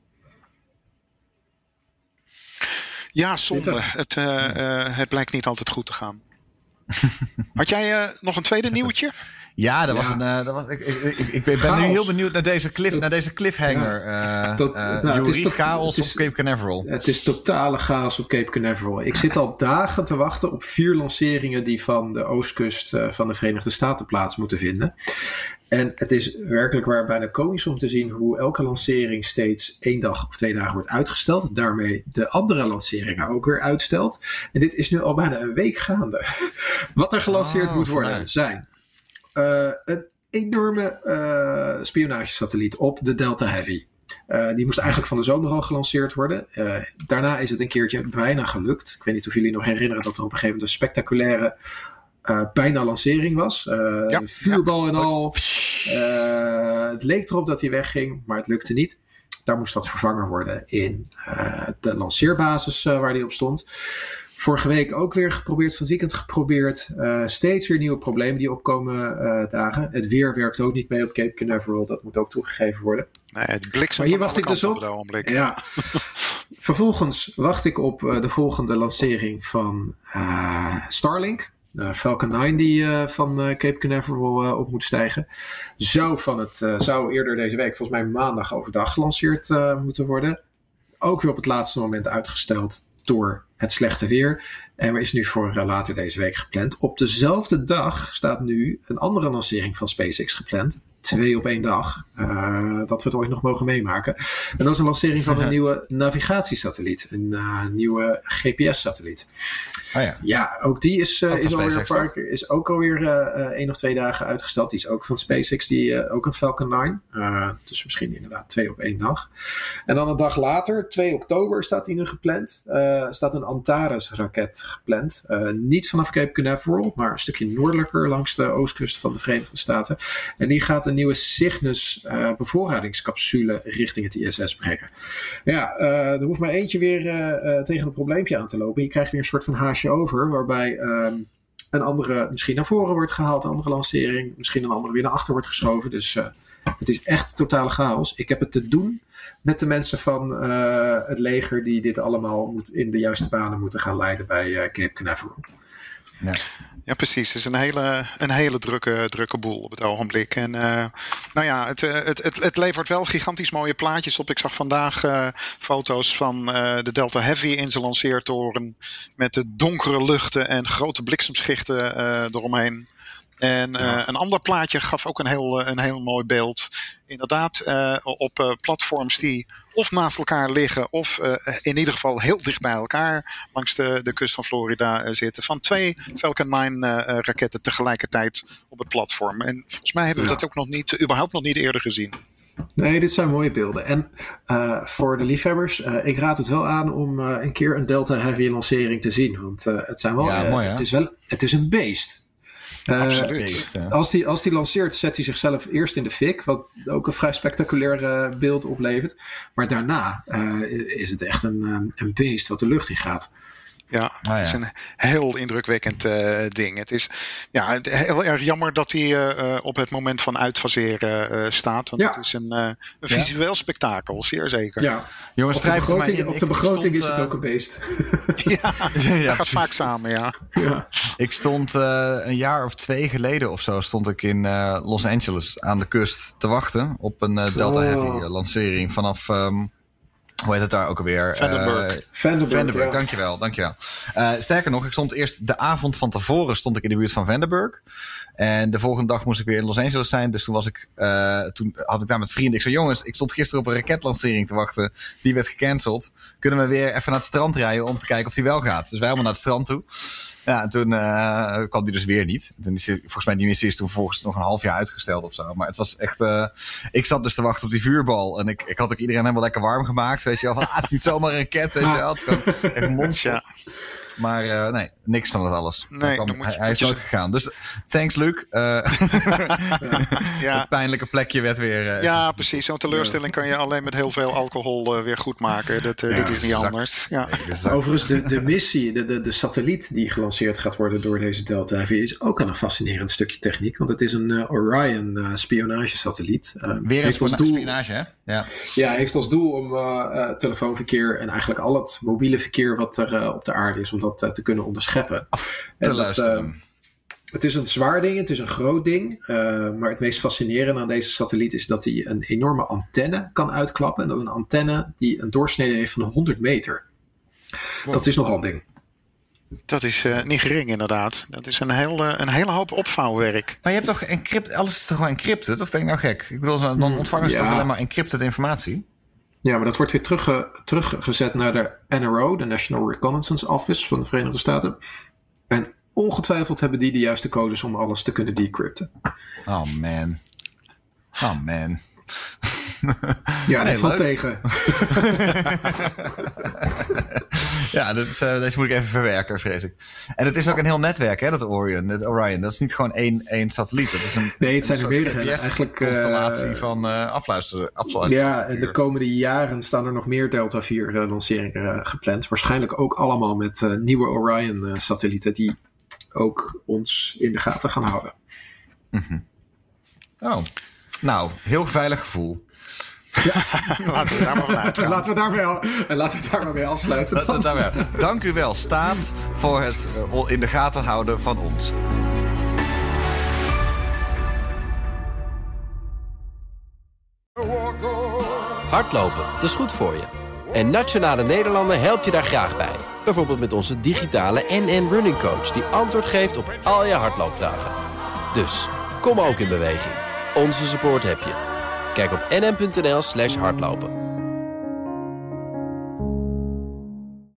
Ja, zonde. Het, uh, uh, het blijkt niet altijd goed te gaan. Had jij uh, nog een tweede nieuwtje? Ja, dat ja. was een. Uh, dat was, ik, ik, ik, ik ben chaos. nu heel benieuwd naar deze, cliff, naar deze cliffhanger. Ja. Uh, dat, uh, nou, Yuri, tot, chaos is, op Cape Canaveral. Het is totale chaos op Cape Canaveral. Ik zit al dagen te wachten op vier lanceringen die van de oostkust uh, van de Verenigde Staten plaats moeten vinden. En het is werkelijk waar bijna komisch om te zien hoe elke lancering steeds één dag of twee dagen wordt uitgesteld. Daarmee de andere lanceringen ook weer uitstelt. En dit is nu al bijna een week gaande. Wat er gelanceerd oh, moet worden vanuit. zijn uh, een enorme uh, spionagesatelliet op de Delta Heavy. Uh, die moest eigenlijk van de zomer al gelanceerd worden. Uh, daarna is het een keertje bijna gelukt. Ik weet niet of jullie nog herinneren dat er op een gegeven moment een spectaculaire Uh, bijna lancering was. Uh, ja, vuurbal ja. en al. Uh, het leek erop dat hij wegging, maar het lukte niet. Daar moest dat vervangen worden in uh, de lanceerbasis uh, waar hij op stond. Vorige week ook weer geprobeerd, van het weekend geprobeerd. Uh, steeds weer nieuwe problemen die opkomen uh, dagen. Het weer werkt ook niet mee op Cape Canaveral. Dat moet ook toegegeven worden. Nee, het bliksem maar hier wacht ik dus op. op ja. Vervolgens wacht ik op uh, de volgende lancering van uh, Starlink. Uh, Falcon nine die uh, van uh, Cape Canaveral uh, op moet stijgen. Zou, van het, uh, zou eerder deze week, volgens mij maandag overdag gelanceerd uh, moeten worden. Ook weer op het laatste moment uitgesteld door het slechte weer. En is nu voor uh, later deze week gepland. Op dezelfde dag staat nu een andere lancering van SpaceX gepland. twee op één dag. Uh, dat we het ooit nog mogen meemaken. En dat is een lancering van een nieuwe navigatiesatelliet. Een uh, nieuwe G P S-satelliet. Oh ja. ja, ook die is, uh, ook is, alweer een paar, keer, is ook alweer uh, uh, één of twee dagen uitgesteld. Die is ook van SpaceX, die, uh, ook een Falcon nine. Uh, dus misschien inderdaad twee op één dag. En dan een dag later, twee oktober, staat die nu gepland. Uh, staat een Antares-raket gepland. Uh, niet vanaf Cape Canaveral, maar een stukje noordelijker langs de oostkust van de Verenigde Staten. En die gaat een nieuwe Cygnus uh, bevoorradingscapsule richting het I S S brengen. Ja, uh, er hoeft maar eentje weer uh, uh, tegen een probleempje aan te lopen. Je krijgt weer een soort van haasje over, waarbij um, een andere misschien naar voren wordt gehaald, een andere lancering, misschien een andere weer naar achter wordt geschoven. Dus uh, het is echt totale chaos. Ik heb het te doen met de mensen van uh, het leger die dit allemaal moet, in de juiste banen moeten gaan leiden bij uh, Cape Canaveral. Ja. Ja, precies. Het is een hele, een hele drukke, drukke boel op het ogenblik. En uh, nou ja, het, het, het, het levert wel gigantisch mooie plaatjes op. Ik zag vandaag uh, foto's van uh, de Delta Heavy in zijn lanceertoren met de donkere luchten en grote bliksemschichten uh, eromheen. En uh, ja. een ander plaatje gaf ook een heel, een heel mooi beeld. Inderdaad, uh, op uh, platforms die of naast elkaar liggen, of uh, in ieder geval heel dicht bij elkaar langs de, de kust van Florida uh, zitten. Van twee Falcon nine uh, raketten tegelijkertijd op het platform. En volgens mij hebben we ja. dat ook nog niet, überhaupt nog niet eerder gezien. Nee, dit zijn mooie beelden. En uh, voor de liefhebbers, uh, ik raad het wel aan om uh, een keer een Delta Heavy lancering te zien. Want uh, het zijn wel, ja, uh, mooi, het, is wel het is een beest. Uh, Absoluut. Als die, als die lanceert, zet hij zichzelf eerst in de fik, wat ook een vrij spectaculair uh, beeld oplevert. Maar daarna uh, is het echt een, een beest wat de lucht in gaat. Ja, het ah, ja. is een heel indrukwekkend uh, ding. Het is ja, heel erg jammer dat hij uh, op het moment van uitfaseren uh, staat. Want ja. het is een, uh, een visueel ja. spektakel, zeer zeker. Ja. Jongens, op de begroting, in, op de begroting stond, is het ook een beest. ja, ja, dat gaat vaak samen, ja. ja. Ik stond uh, een jaar of twee geleden of zo stond ik in uh, Los Angeles aan de kust te wachten op een uh, Delta Heavy uh, lancering vanaf... Um, Hoe heet het daar ook alweer? Vandenberg. Uh, Vandenberg, Vandenberg, ja. dankjewel, dankjewel. Uh, sterker nog, ik stond eerst de avond van tevoren stond ik in de buurt van Vandenberg. En de volgende dag moest ik weer in Los Angeles zijn. Dus toen was ik, uh, toen had ik daar met vrienden. Ik zei, jongens, ik stond gisteren op een raketlancering te wachten. Die werd gecanceld. Kunnen we weer even naar het strand rijden om te kijken of die wel gaat? Dus wij helemaal naar het strand toe. Ja, en toen uh, kwam die dus weer niet. Toen is die, volgens mij die missie is toen vervolgens nog een half jaar uitgesteld of zo. Maar het was echt... Uh, ik zat dus te wachten op die vuurbal. En ik, ik had ook iedereen helemaal lekker warm gemaakt. Weet je wel, van, ah, het is niet zomaar een raket. Weet je wel, het is gewoon echt monster. Ja. Maar uh, nee, niks van het alles. Nee, hij, kwam, dan moet je, hij, hij is nooit gegaan. Dus thanks, Luc. Uh, ja. Het pijnlijke plekje werd weer... Uh, ja, precies. Zo'n teleurstelling kan je alleen met heel veel alcohol uh, weer goed maken. Dat, uh, ja, dit is niet exact. anders. Ja. Nee, overigens, de, de missie, de, de, de satelliet die gelanceerd gaat worden door deze Delta Heavy is ook een fascinerend stukje techniek. Want het is een uh, Orion uh, spionagesatelliet. Uh, weer een spionage, doel, spionage, hè? Ja. Ja, heeft als doel om uh, uh, telefoonverkeer en eigenlijk al het mobiele verkeer wat er uh, op de aarde is, om dat uh, te kunnen onderscheppen. Af te en luisteren. Dat, uh, het is een zwaar ding, het is een groot ding. Uh, maar het meest fascinerende aan deze satelliet is dat hij een enorme antenne kan uitklappen. En dat een antenne die een doorsnede heeft van honderd meter. Wow. Dat is nogal een ding. Dat is uh, niet gering inderdaad. Dat is een, heel, uh, een hele hoop opvouwwerk. Maar je hebt toch encrypt, alles is toch gewoon encrypted? Of ben ik nou gek? Ik bedoel, dan ontvangen ze ja. toch alleen maar encrypted informatie? Ja, maar dat wordt weer terugge, teruggezet naar de N R O, de National Reconnaissance Office van de Verenigde Staten. En ongetwijfeld hebben die de juiste codes om alles te kunnen decrypten. Oh man. Oh man. Ja, dat valt tegen. Ja, dat is, uh, deze moet ik even verwerken, vrees ik. En het is ook een heel netwerk, hè, dat Orion. Dat Orion, dat is niet gewoon één, één satelliet. Dat is een, nee, het zijn een er meerdere. Eigenlijk constellatie uh, van uh, afluisteren. Ja, en de komende jaren staan er nog meer Delta vier uh, lanceringen uh, gepland. Waarschijnlijk ook allemaal met uh, nieuwe Orion uh, satellieten die ook ons in de gaten gaan houden. Mm-hmm. Oh, nou, heel veilig gevoel. Ja. Laten we daar maar van uitgaan. Laten we daarmee, al, en laten we daar maar mee afsluiten. Dat, dat, daar Dank u wel, staat, voor het uh, in de gaten houden van ons. Hardlopen, dat is goed voor je. En Nationale Nederlanden helpt je daar graag bij. Bijvoorbeeld met onze digitale N N Running Coach, die antwoord geeft op al je hardloopvragen. Dus, kom ook in beweging. Onze support heb je. Kijk op nm.nl slash hardlopen.